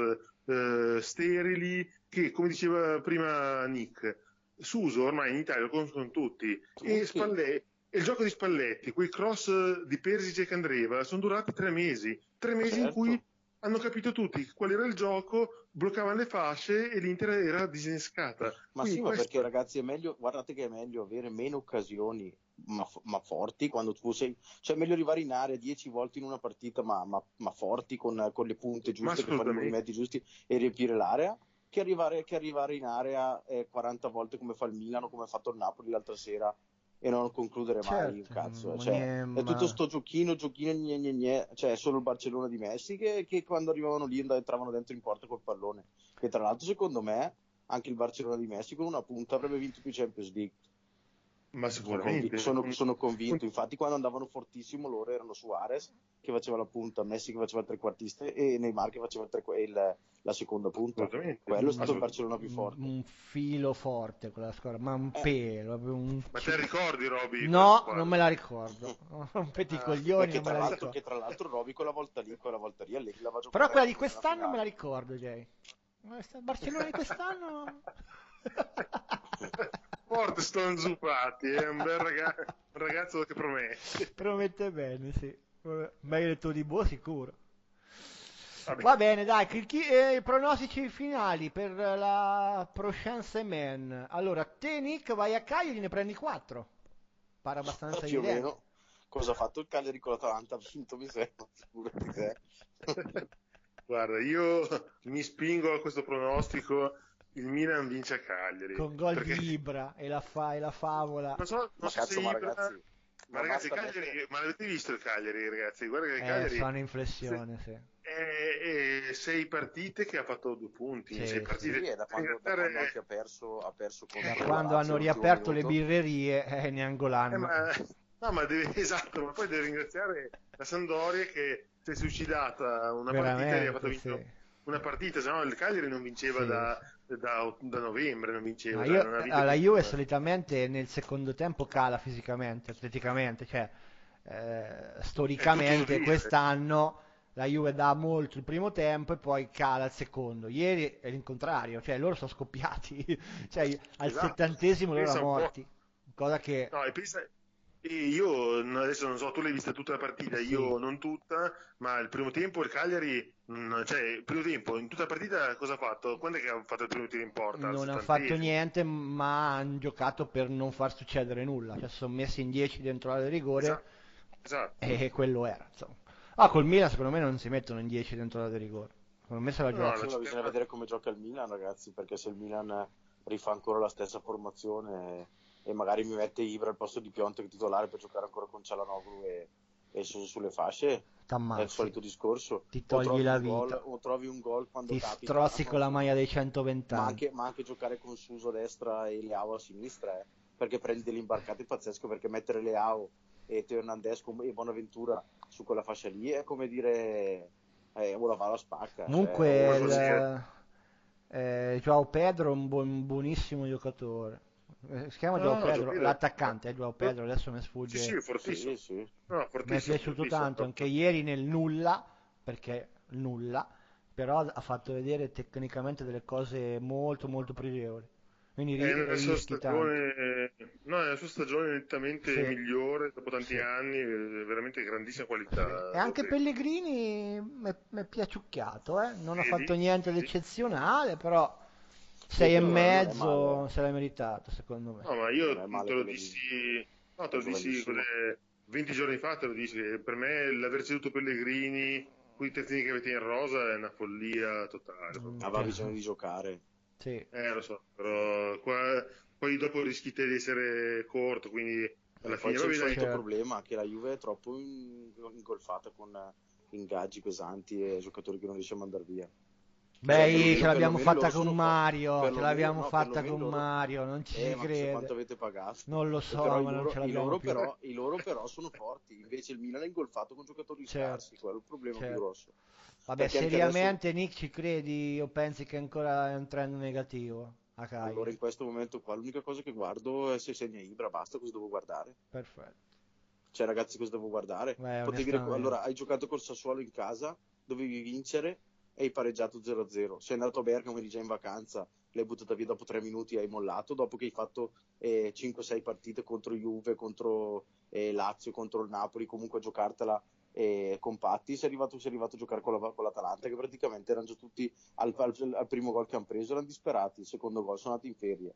sterili che, come diceva prima Nick, Suso ormai in Italia lo conoscono tutti. E il gioco di Spalletti, quei cross di Perisic e Candreva sono durati 3 mesi. 3 mesi in cui hanno capito tutti qual era il gioco, bloccavano le fasce e l'Inter era disinnescata. Ma sì, ma perché ragazzi è meglio, guardate che è meglio avere meno occasioni ma forti quando tu sei, cioè è meglio arrivare in area 10 volte in una partita ma forti con le punte giuste, che fanno i movimenti giusti e riempire l'area, che arrivare in area 40 volte come fa il Milan o come ha fatto il Napoli l'altra sera e non concludere mai un cazzo, cioè è tutto sto giochino cioè è solo il Barcellona di Messi che quando arrivavano lì entravano dentro in porta col pallone, che tra l'altro secondo me anche il Barcellona di Messi con una punta avrebbe vinto più Champions League. Ma sicuramente sono convinto, infatti quando andavano fortissimo loro erano Suarez che faceva la punta, Messi che faceva il trequartista e Neymar che faceva la seconda punta. Quello è stato il Barcellona più forte, un filo forte quella squadra, ma un pelo ma te ricordi Roby? No, non me la ricordo. Rompete i coglioni, non me la ricordo. Che tra l'altro Roby quella volta lì Allegri la va a giocare. Però quella di quest'anno me la ricordo, Jay. Il Barcellona di quest'anno forte, sto inzuppati, è un bel ragazzo che promette bene, sì. Meglio del tuo di Boa sicuro. Va bene, dai, i pronostici finali per la prochaine semaine. Allora, te Nick vai a Cagliari, ne prendi 4. Pare abbastanza più o evidente. meno. Cosa ha fatto il Cagliari con l'Atalanta? Ha vinto, mi sembra, figurati te. Guarda, io mi spingo a questo pronostico. Il Milan vince a Cagliari con gol di Ibra e la favola. Non so se Ibra... Ma ragazzi, Cagliari, ma l'avete visto il Cagliari, ragazzi? Guarda che il Cagliari sono in flessione, sì. 6 partite che ha fatto 2 punti. Sì, 6 partite. Sì, da quando anche ha perso da quando hanno riaperto le birrerie ne angolano. Ma esatto, ma poi deve ringraziare la Sampdoria che si è suicidata una partita e ha fatto vincere una partita, se no il Cagliari non vinceva da novembre, non vinceva. La Juve solitamente nel secondo tempo cala fisicamente, atleticamente, cioè storicamente quest'anno la Juve dà molto il primo tempo e poi cala al secondo. Ieri è il contrario, cioè loro sono scoppiati, cioè al 70° loro erano morti, cosa che... No, e io adesso non so, tu l'hai vista tutta la partita, io non tutta, ma il primo tempo il Cagliari, cioè il primo tempo in tutta la partita cosa ha fatto? Quando è che ha fatto il primo tiro in porta? Non ha fatto niente, ma hanno giocato per non far succedere nulla, cioè sono messi in 10 dentro l'area di rigore. Esatto. E quello era, insomma. Col Milan secondo me non si mettono in 10 dentro l'area di rigore, secondo me se la gioca. Bisogna vedere come gioca il Milan, ragazzi, perché se il Milan rifà ancora la stessa formazione e magari mi mette Ibra al posto di Piontek titolare per giocare ancora con Cialanoglu e sulle fasce, è il solito discorso, ti togli la vita o trovi un gol quando ti capita, strozzi con la maglia dei 120 anni, ma anche giocare con Suso a destra e Leao a sinistra, perché prendi delle imbarcate pazzesche, perché mettere Leao e Teo Hernandez e Bonaventura su quella fascia lì è come dire ora va la spacca. Comunque Joao Pedro è un buonissimo giocatore. Si chiama Joao Pedro, l'attaccante è Joao Pedro, adesso mi sfugge. Sì, fortissimo. Sì. No, fortissimo, mi è piaciuto tanto anche ieri nel nulla, perché però ha fatto vedere tecnicamente delle cose molto molto pregevoli. Quindi Nella sua rischi tanto. stagione, no, nella sua stagione nettamente Sì, migliore dopo tanti sì, anni, veramente grandissima sì. E qualità. anche Pellegrini mi è piaciucchiato, eh? Non ha fatto Vedi? niente di Vedi? eccezionale, però Sì, sei e però guarda, non è mezzo male, se l'hai meritato, secondo me. No, ma non io è male te lo Pellegrini, dissi, no, te è lo dissi giovanissimo. 20 giorni fa, te lo dissi, che per me l'aver ceduto Pellegrini, con i terzini che avete in rosa, è una follia totale. Aveva bisogno di giocare. Sì, Lo so, però qua, poi dopo rischi te di essere corto, quindi E alla poi fine, c'è il vabbè, dai, solito certo. problema che la Juve è troppo ingolfata con ingaggi pesanti e giocatori che non riesce a mandare via. Cioè, Beh, ce l'abbiamo perlomeno fatta loro con sono forti. Mario, ce Perlomeno, l'abbiamo no, fatta perlomeno con loro. Mario, non ci si Ma chissà quanto crede. avete pagato. Non lo E però so, ma non ce l'abbiamo più. i loro però sono forti. Invece il Milan è ingolfato con giocatori scarsi. Certo, Quello è il problema più certo. grosso. Vabbè, Perché anche adesso, seriamente, Nick, ci credi o pensi che ancora è un trend negativo a allora Cagliari? in questo momento qua, l'unica cosa che guardo è se segna Ibra. Basta, cosa devo guardare? Perfetto. Cioè, ragazzi, cosa devo guardare? Beh, Allora, onestamente. hai giocato col Sassuolo in casa, dovevi vincere e hai pareggiato 0-0. Sei andato a Bergamo, eri già in vacanza, l'hai buttata via dopo 3 minuti e hai mollato, dopo che hai fatto 5-6 partite contro Juve, contro Lazio, contro il Napoli, comunque a giocartela compatti. Sei arrivato a giocare con l'Atalanta, che praticamente erano già tutti al primo gol che hanno preso, erano disperati. Il secondo gol sono andati in ferie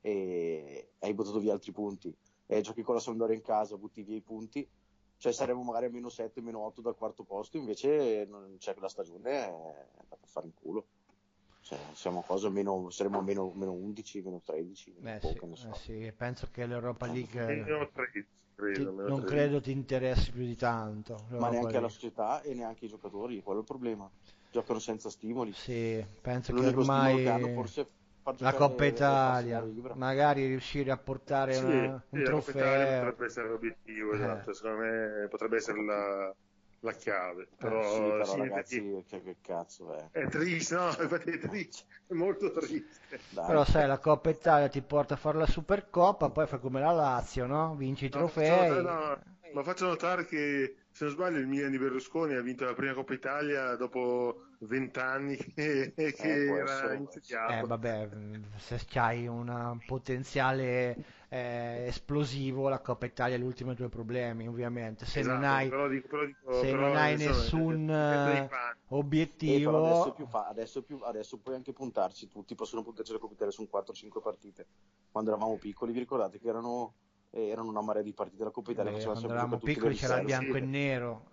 e hai buttato via altri punti. Giochi con la Sampdoria in casa, butti via i punti, cioè saremo magari a meno 7, meno 8 dal quarto posto, invece cioè, la stagione è andata a fare in culo. Cioè, siamo a cosa saremo meno 11, meno 13, meno Sì, che ne so. sì, penso che l'Europa League meno 13, credo, meno non 13. credo ti interessi più di tanto, Ma l'Europa neanche alla League. società e neanche ai giocatori, quello è il problema. Giocano senza stimoli. Sì, penso che L'unico stimolo che hanno ormai forse è far la Coppa giocare e far Italia, segnare Ibra. magari riuscire a portare Sì, sì, un la Coppa Italia trofeo. potrebbe essere l'obiettivo, Eh, esatto, secondo me potrebbe essere la chiave, Sì, però però sì, in effetti ragazzi, che cazzo è? è triste, no, infatti è triste, è molto triste. Però Dai. sai, la Coppa Italia ti porta a fare la Supercoppa, poi fai come la Lazio, no? Vinci i No, faccio notare, trofei. no, ma faccio notare che, se non sbaglio, il Milan di Berlusconi ha vinto la prima Coppa Italia dopo 20 anni che Può era essere. insediato. Vabbè, se c'hai un potenziale esplosivo, la Coppa Italia è l'ultimo dei tuoi problemi, ovviamente. Esatto, Se non però hai insomma, nessun di testa dei fan. Però adesso è obiettivo, più adesso puoi anche puntarci tutti, possono puntarci le Coppa Italia su 4-5 partite. Quando eravamo piccoli, vi ricordate che erano una marea di partite della Coppa Italia, beh, facevano quando sempre eravamo giocare tutte le piccoli c'era il Sì, riserve. sì, bianco e nero.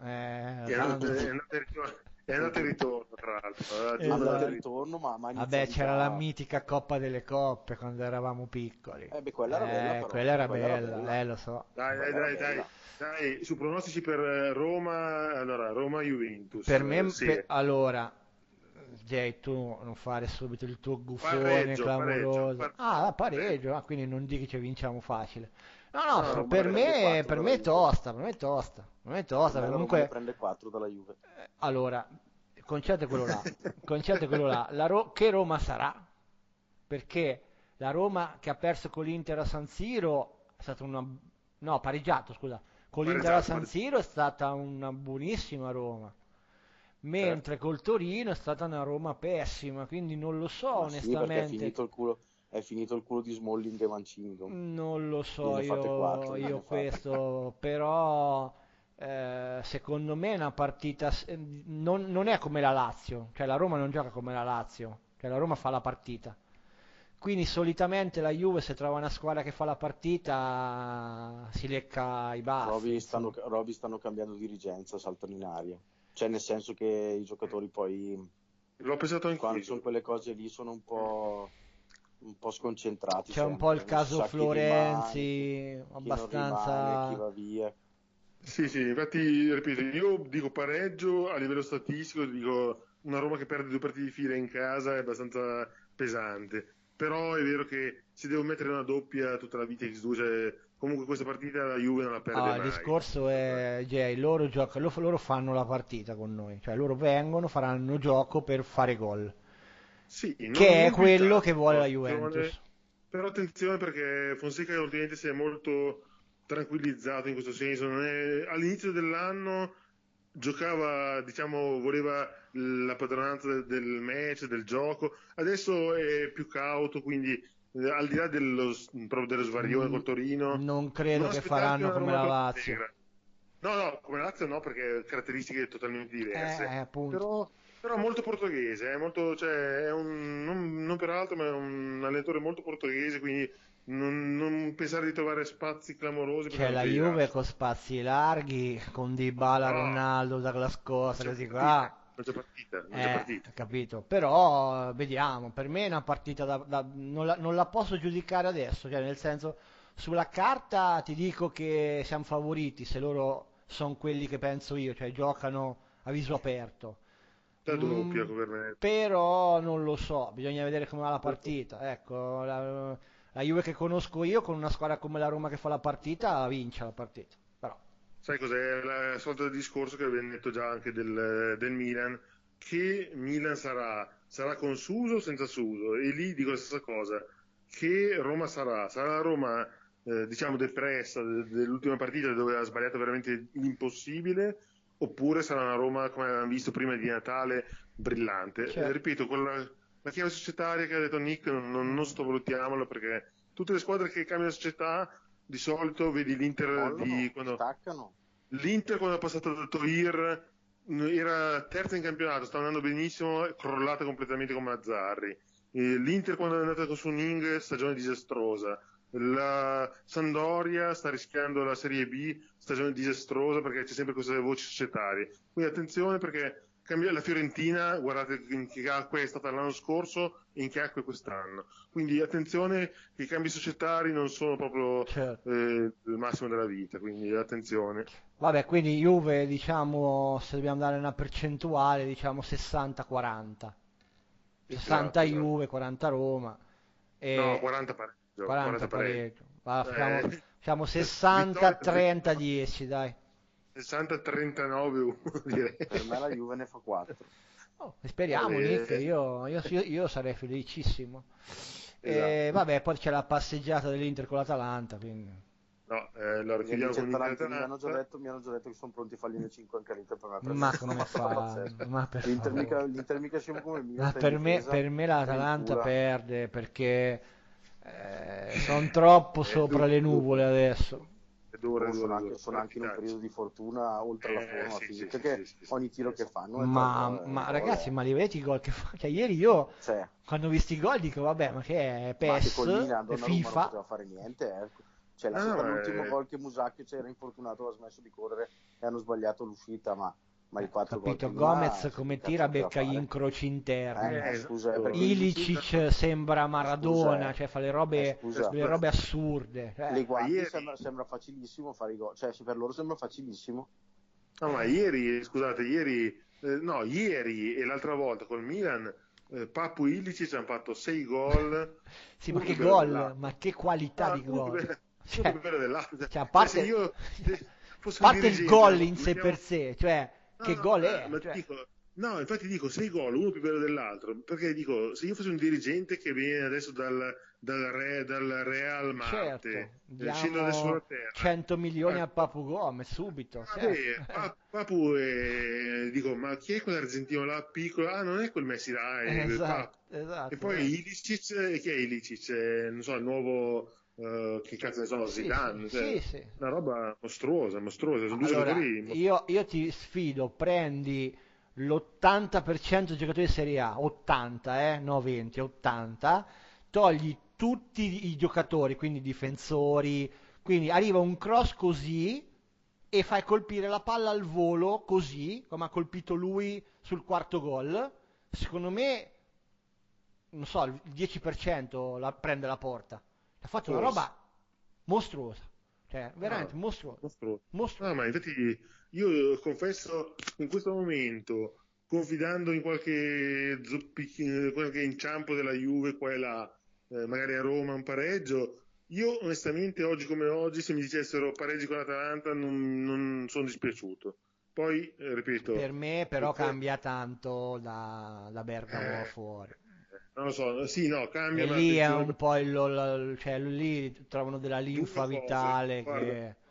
è andato e ritorno, tra l'altro, Andate e Esatto. ritorno, ma Vabbè, iniziavi c'era la già. mitica Coppa delle Coppe quando eravamo piccoli. Beh, quella era bella però, quella era bella, Lo so. Dai, quella era dai, dai, bella. dai, su pronostici per Roma, allora, Roma-Juventus, Per me, sì, allora, Jay, tu non fare subito il tuo gufone pareggio, clamoroso. Ah, la pareggio, quindi non dici che vinciamo facile. No, no, La no, Roma ne prende 4 per dalla me è Juve. tosta, per me è tosta, per me è Per tosta, me perché la Roma ne comunque, prende 4 dalla Juve. allora, il concetto è quello là, il concetto è quello là, che Roma sarà? Perché la Roma che ha perso con l'Inter a San Siro è stata una... no, ha pareggiato, scusa, con l'Inter a pareggiato, San Siro è stata una buonissima Roma, certo. mentre col Torino è stata una Roma pessima, quindi non lo so Ma sì, perché onestamente, è finito il culo di Smalling e Mancini. non lo so Gliene fate 4, io gliene fate. questo, però secondo me è una partita, non è come la Lazio, cioè la Roma non gioca come la Lazio, cioè la Roma fa la partita. Quindi solitamente la Juve se trova una squadra che fa la partita si lecca i baffi, insomma. Roby stanno cambiando dirigenza, saltano in aria. Cioè, nel senso che i giocatori poi, L'ho pensato quando sono anch'io. quelle cose lì, sono un po' sconcentrati C'è un po' il sempre. Non si caso sa chi rimane, Florenzi, chi non rimane, chi abbastanza... va via. Sì, sì, infatti, ripeto, io dico pareggio a livello statistico, dico una Roma che perde 2 partite di fila in casa è abbastanza pesante, però è vero che se devo mettere una doppia tutta la vita X2, cioè, comunque questa partita la Juve non la perde Ah, il mai. discorso è, Jay, loro giocano, loro fanno la partita con noi, cioè loro vengono, faranno gioco per fare gol, Sì, che è non più di quello che tanto, vuole però la Juventus. però attenzione perché Fonseca ultimamente si è molto tranquillizzato in questo senso. All'inizio dell'anno giocava, diciamo, voleva la padronanza del match, del gioco, adesso è più cauto, quindi al di là proprio dello svarione col Torino, Non credo non che aspettarti faranno una come Roma la troppo Lazio. allegra. No, come Lazio no, perché caratteristiche totalmente diverse, Appunto. però molto portoghese, cioè, è non peraltro, ma è un allenatore molto portoghese, quindi non pensare di trovare spazi clamorosi perché C'è non la te li Juve lascia. con spazi larghi, con Dybala, No, Ronaldo, Douglas non Costa, c'è così partita, qua. non c'è partita, non c'è partita. Capito. Però vediamo, per me è una partita non la posso giudicare adesso, cioè nel senso, sulla carta ti dico che siamo favoriti se loro sono quelli che penso io, cioè giocano a viso aperto. La doppia Mm, per però non lo so, bisogna vedere come va la partita. Ecco, la Juve che conosco io con una squadra come la Roma che fa la partita, vince la partita. Però, Sai cos'è? La solita discorso che abbiamo detto già anche del Milan, che Milan sarà con Suso o senza Suso? E lì dico la stessa cosa, che Roma sarà la Roma, diciamo, depressa dell'ultima partita dove ha sbagliato veramente l'impossibile, oppure sarà una Roma, come avevamo visto prima di Natale, brillante. cioè, Ripeto, con la chiave societaria che ha detto Nick, non sottovalutiamola, perché tutte le squadre che cambiano società, di solito vedi l'Inter Mollano, staccano. L'Inter quando è passato da Toir era terza in campionato, stava andando benissimo, è crollata completamente come Mazzarri. L'Inter quando è andata con Suning, stagione disastrosa. La Sampdoria sta rischiando la Serie B, stagione disastrosa perché c'è sempre queste voci societarie. Quindi attenzione perché cambia la Fiorentina, guardate in che acque è stata l'anno scorso e in che acque quest'anno. Quindi attenzione che i cambi societari non sono proprio cioè, il massimo della vita, quindi attenzione. vabbè, quindi Juve, diciamo, se dobbiamo dare una percentuale, diciamo 60-40. 60 Esatto. Juve, 40 Roma No, e 40 pareggio, 40 40 pareggio. pareggio. Va, facciamo Vittoria, 60-30-10, dai. 60-39-1 direi. Per me la Juve ne fa 4. Oh, speriamo, Nick, Eh, io sarei felicissimo. E esatto. vabbè, poi c'è la passeggiata dell'Inter con l'Atalanta, quindi... No, allora Gli chiudiamo amici con l'Inter atalantini Atalanta. mi hanno già detto che sono pronti a fargli le 5 anche all'Inter per me Ma prendere come una cosa fa? pazzesca. Ma per L'Inter favore. l'Inter mica scemo come il Milan Ma sta in difesa, per me se ne l'Atalanta incula. perde perché sono troppo È sopra le nuvole duro, adesso. è duro, è duro, è duro. Sono anche in un periodo di fortuna oltre la forma Sì, sì, fisica sì, che sì, sì, sì, ogni tiro sì, che sì. fanno è 3 gol, Ma un gol ragazzi, è... ma li vedete i gol che fa? Cioè, ieri io, Cioè, quando ho visto i gol, dico, vabbè, ma che è ma anche col PES, Milan è Donnarumma non poteva FIFA? fare niente, eh. Cioè, No, per l'ultimo eh, gol che Musacchio c'era infortunato, ha smesso di correre e hanno sbagliato l'uscita, ma i 4 gol Capito? prima, Gomez come che cazzo tira, poteva becca gli fare? incroci interni. Scusa, esatto. perché Ilicic, Ilicic sembra scusa, Maradona, cioè fa scusa, delle robe assurde. li Ma guardi, ieri, sembra facilissimo fare i gol, cioè sì, per loro sembra facilissimo. no, ma ieri, scusate, no, ieri e l'altra volta col Milan, Papu e Ilicic hanno fatto 6 gol, Sì, ma uno più che bello gol, dell'altro. ma che qualità Ah, di gol. uno Cioè, più bello dell'altro. cioè, Cioè, se fossi un parte il dirigente, gol in sé per mettiamo... sé, cioè, No, che no, gol è? ma ti Cioè, dico, no, infatti dico 6 gol, uno più bello dell'altro, perché dico, se io fossi un dirigente che viene adesso dal Real certo, Marte, scendo adesso sulla diamo terra, 100 milioni ah, a Papu Gomez subito, certo. vabbè, Papu, dico, ma chi è quell'argentino là piccolo? Ah, non è quel Messi là, è Esatto, Papu. E esatto, poi esatto. Ilicic, chi è Ilicic? Non so, il nuovo, che cazzo ne so, Sì, sì, Zidane, sì, cioè, sì. una roba mostruosa, mostruosa, sono due Allora, giocatori io ti sfido, prendi l'80% dei giocatori di Serie A, 80, no 20, 80, togli tutti i giocatori, quindi difensori, quindi arriva un cross così e fai colpire la palla al volo così, come ha colpito lui sul quarto gol. Secondo me, non so, il 10% prende la porta. Ha fatto una forse. roba mostruosa, cioè Ah, veramente mostruosa, mostruoso. No, mostruosa. ma infatti io confesso in questo momento, confidando in qualche inciampo della Juve qua e là, magari a Roma un pareggio, io onestamente oggi come oggi se mi dicessero pareggi con l'Atalanta non sono dispiaciuto. Poi, Per ripeto, me però cambia tanto da Bergamo eh, fuori. non lo so, sì, no, E cambia, ma lì è attenzione un perché po' cioè lì trovano della due linfa cose, vitale guarda, che...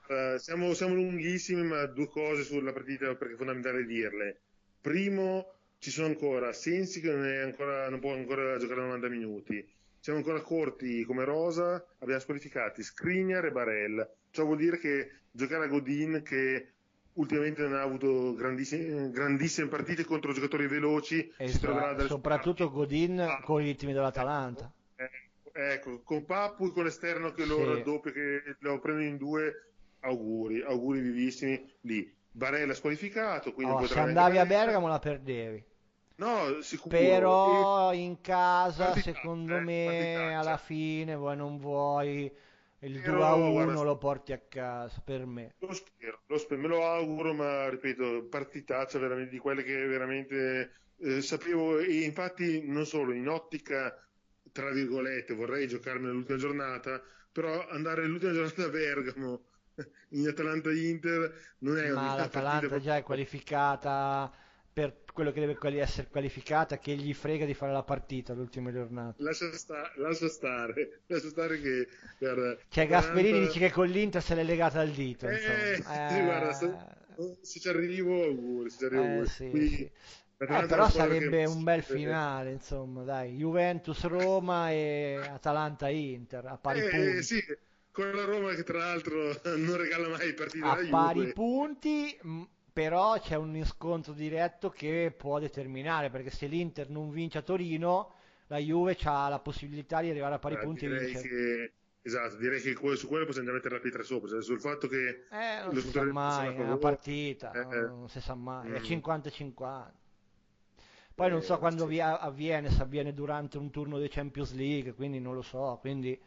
Siamo lunghissimi, ma due cose sulla partita perché è fondamentale dirle. Primo, ci sono ancora Sensi che non può ancora giocare 90 minuti. Siamo ancora corti come rosa, abbiamo squalificati Skriniar e Barella. Ciò vuol dire che giocare a Godin, che ultimamente non ha avuto grandissime partite contro giocatori veloci, si troverà dal soprattutto Godin con i ritmi dell'Atalanta. Ecco, con Pappu e con l'esterno che lo raddoppia, che lo prende in due, auguri vivissimi lì. Barella squalificato, quindi se andavi a Bergamo la perdevi. No, sicuro. Però in casa, secondo me, alla fine, vuoi non vuoi, il 2-1 lo porti a casa, per me. Lo spero, me lo auguro, ma ripeto, partitaccia veramente di quelle che veramente sapevo, e infatti non solo, in ottica, tra virgolette, vorrei giocarmi l'ultima giornata, però andare l'ultima giornata a Bergamo, in Atalanta-Inter, non è ma l'Atalanta già è qualificata per quello che deve essere qualificata, che gli frega di fare la partita l'ultima giornata. Lascia stare che Gasperini dice che con l'Inter se l'è legata al dito, guarda, se ci arrivo auguri, sì. Però sarebbe un bel finale, insomma, dai, Juventus-Roma e Atalanta-Inter a pari punti. Sì, con la Roma che tra l'altro non regala mai partite a pari punti, però c'è un scontro diretto che può determinare, perché se l'Inter non vince a Torino, la Juve ha la possibilità di arrivare a pari punti e vincere. Esatto, direi che su quello possiamo già mettere la pietra sopra, cioè sul fatto che non si sa mai, è una partita, non si sa mai, è 50-50. Poi non so quando avviene, se avviene durante un turno di Champions League, quindi non lo so, quindi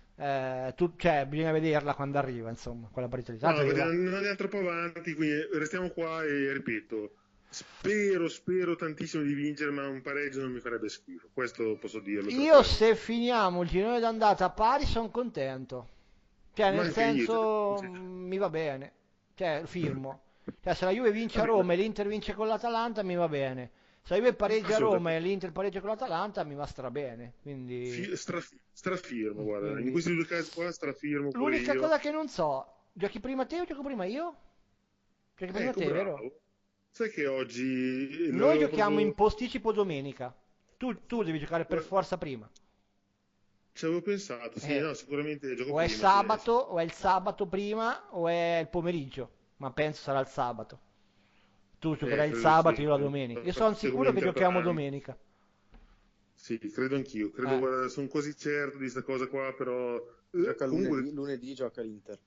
bisogna vederla quando arriva, insomma, quella partita lì. Non andiamo troppo avanti, quindi restiamo qua e ripeto, spero tantissimo di vincere, ma un pareggio non mi farebbe schifo, questo posso dirlo. Io se finiamo il girone d'andata a pari sono contento, cioè nel senso mi va bene, cioè firmo, cioè se la Juve vince a Roma e l'Inter vince con l'Atalanta mi va bene. Se la Juve pareggia a Roma e l'Inter pareggia con l'Atalanta mi va strabene, quindi strafirmo, guarda, in questi due casi qua strafirmo. L'unica cosa che non so, giochi prima te o gioco prima io? Giochi prima te, bravo. Vero? Sai che oggi noi giochiamo in posticipo domenica, tu devi giocare per forza prima. Ci avevo pensato, sì, no, sicuramente gioco o prima. È sabato, o è il sabato prima o è il pomeriggio, ma penso sarà il sabato. Tu giocherai il sabato, io la domenica. Io sono sicuro che giochiamo domenica. Sì, credo anch'io. Guarda, sono quasi certo di questa cosa qua, però lunedì gioca l'Inter.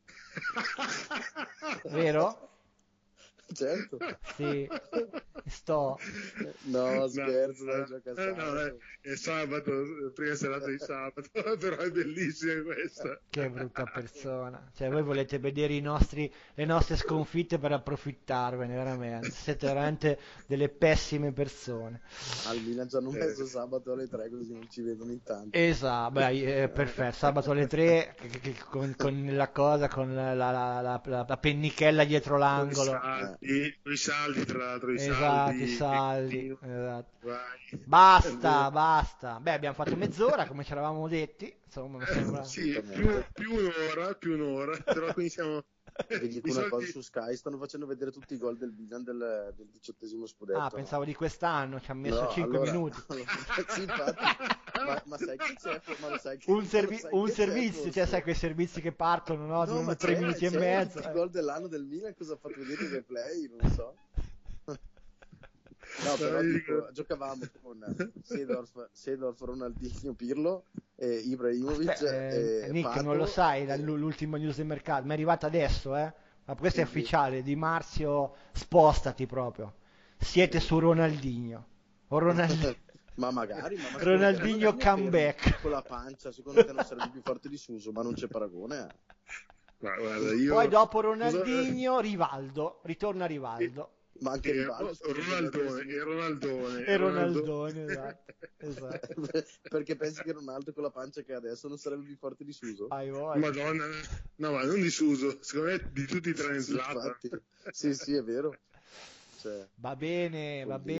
Vero? Certo. Sì. No, scherzo, gioca sabato. È sabato, prima serata di sabato, però è bellissima questa. Che brutta persona. Cioè, voi volete vedere le nostre sconfitte per approfittarvene, veramente. Siete veramente delle pessime persone. Al Milan ci hanno messo sabato alle 3 così non ci vedono in tanti. Esatto, perfetto. Sabato alle 3 con la cosa, con la pennichella dietro l'angolo. I saldi, tra l'altro, i saldi. Esatto. Basta. Beh, abbiamo fatto mezz'ora come ci eravamo detti, insomma, mi sembra. Sì, più un'ora, però quindi siamo. Vedi una cosa su Sky, stanno facendo vedere tutti i gol del Milan del 18° scudetto. Pensavo di quest'anno, ci ha messo 5 minuti. Sì, infatti, ma sai che c'è? Ma lo sai che, un servizio, cioè sai quei servizi che partono, no? Durano 3 minuti e mezzo. Il gol dell'anno del Milan, cosa ha fatto vedere il replay? Non so. No, però giocavamo con Seedorf, Ronaldinho, Pirlo, Ibrahimovic e Nick, Pato, non lo sai, l'ultima news del mercato, mi è arrivata adesso, ma questo è ufficiale, Di Marzio, spostati proprio, siete su Ronaldinho. Ma magari, Ronaldinho comeback. Con la pancia, secondo te non sarebbe più forte di Suso, ma non c'è paragone. Guarda, Poi dopo Ronaldinho, ritorna Rivaldo. Ma anche Ronaldone, esatto. Perché pensi che Ronaldo con la pancia che ha adesso non sarebbe più forte di Suso? Madonna, no, ma non di Suso, secondo me di tutti i tranne Zlatan. Sì, è vero. Va bene.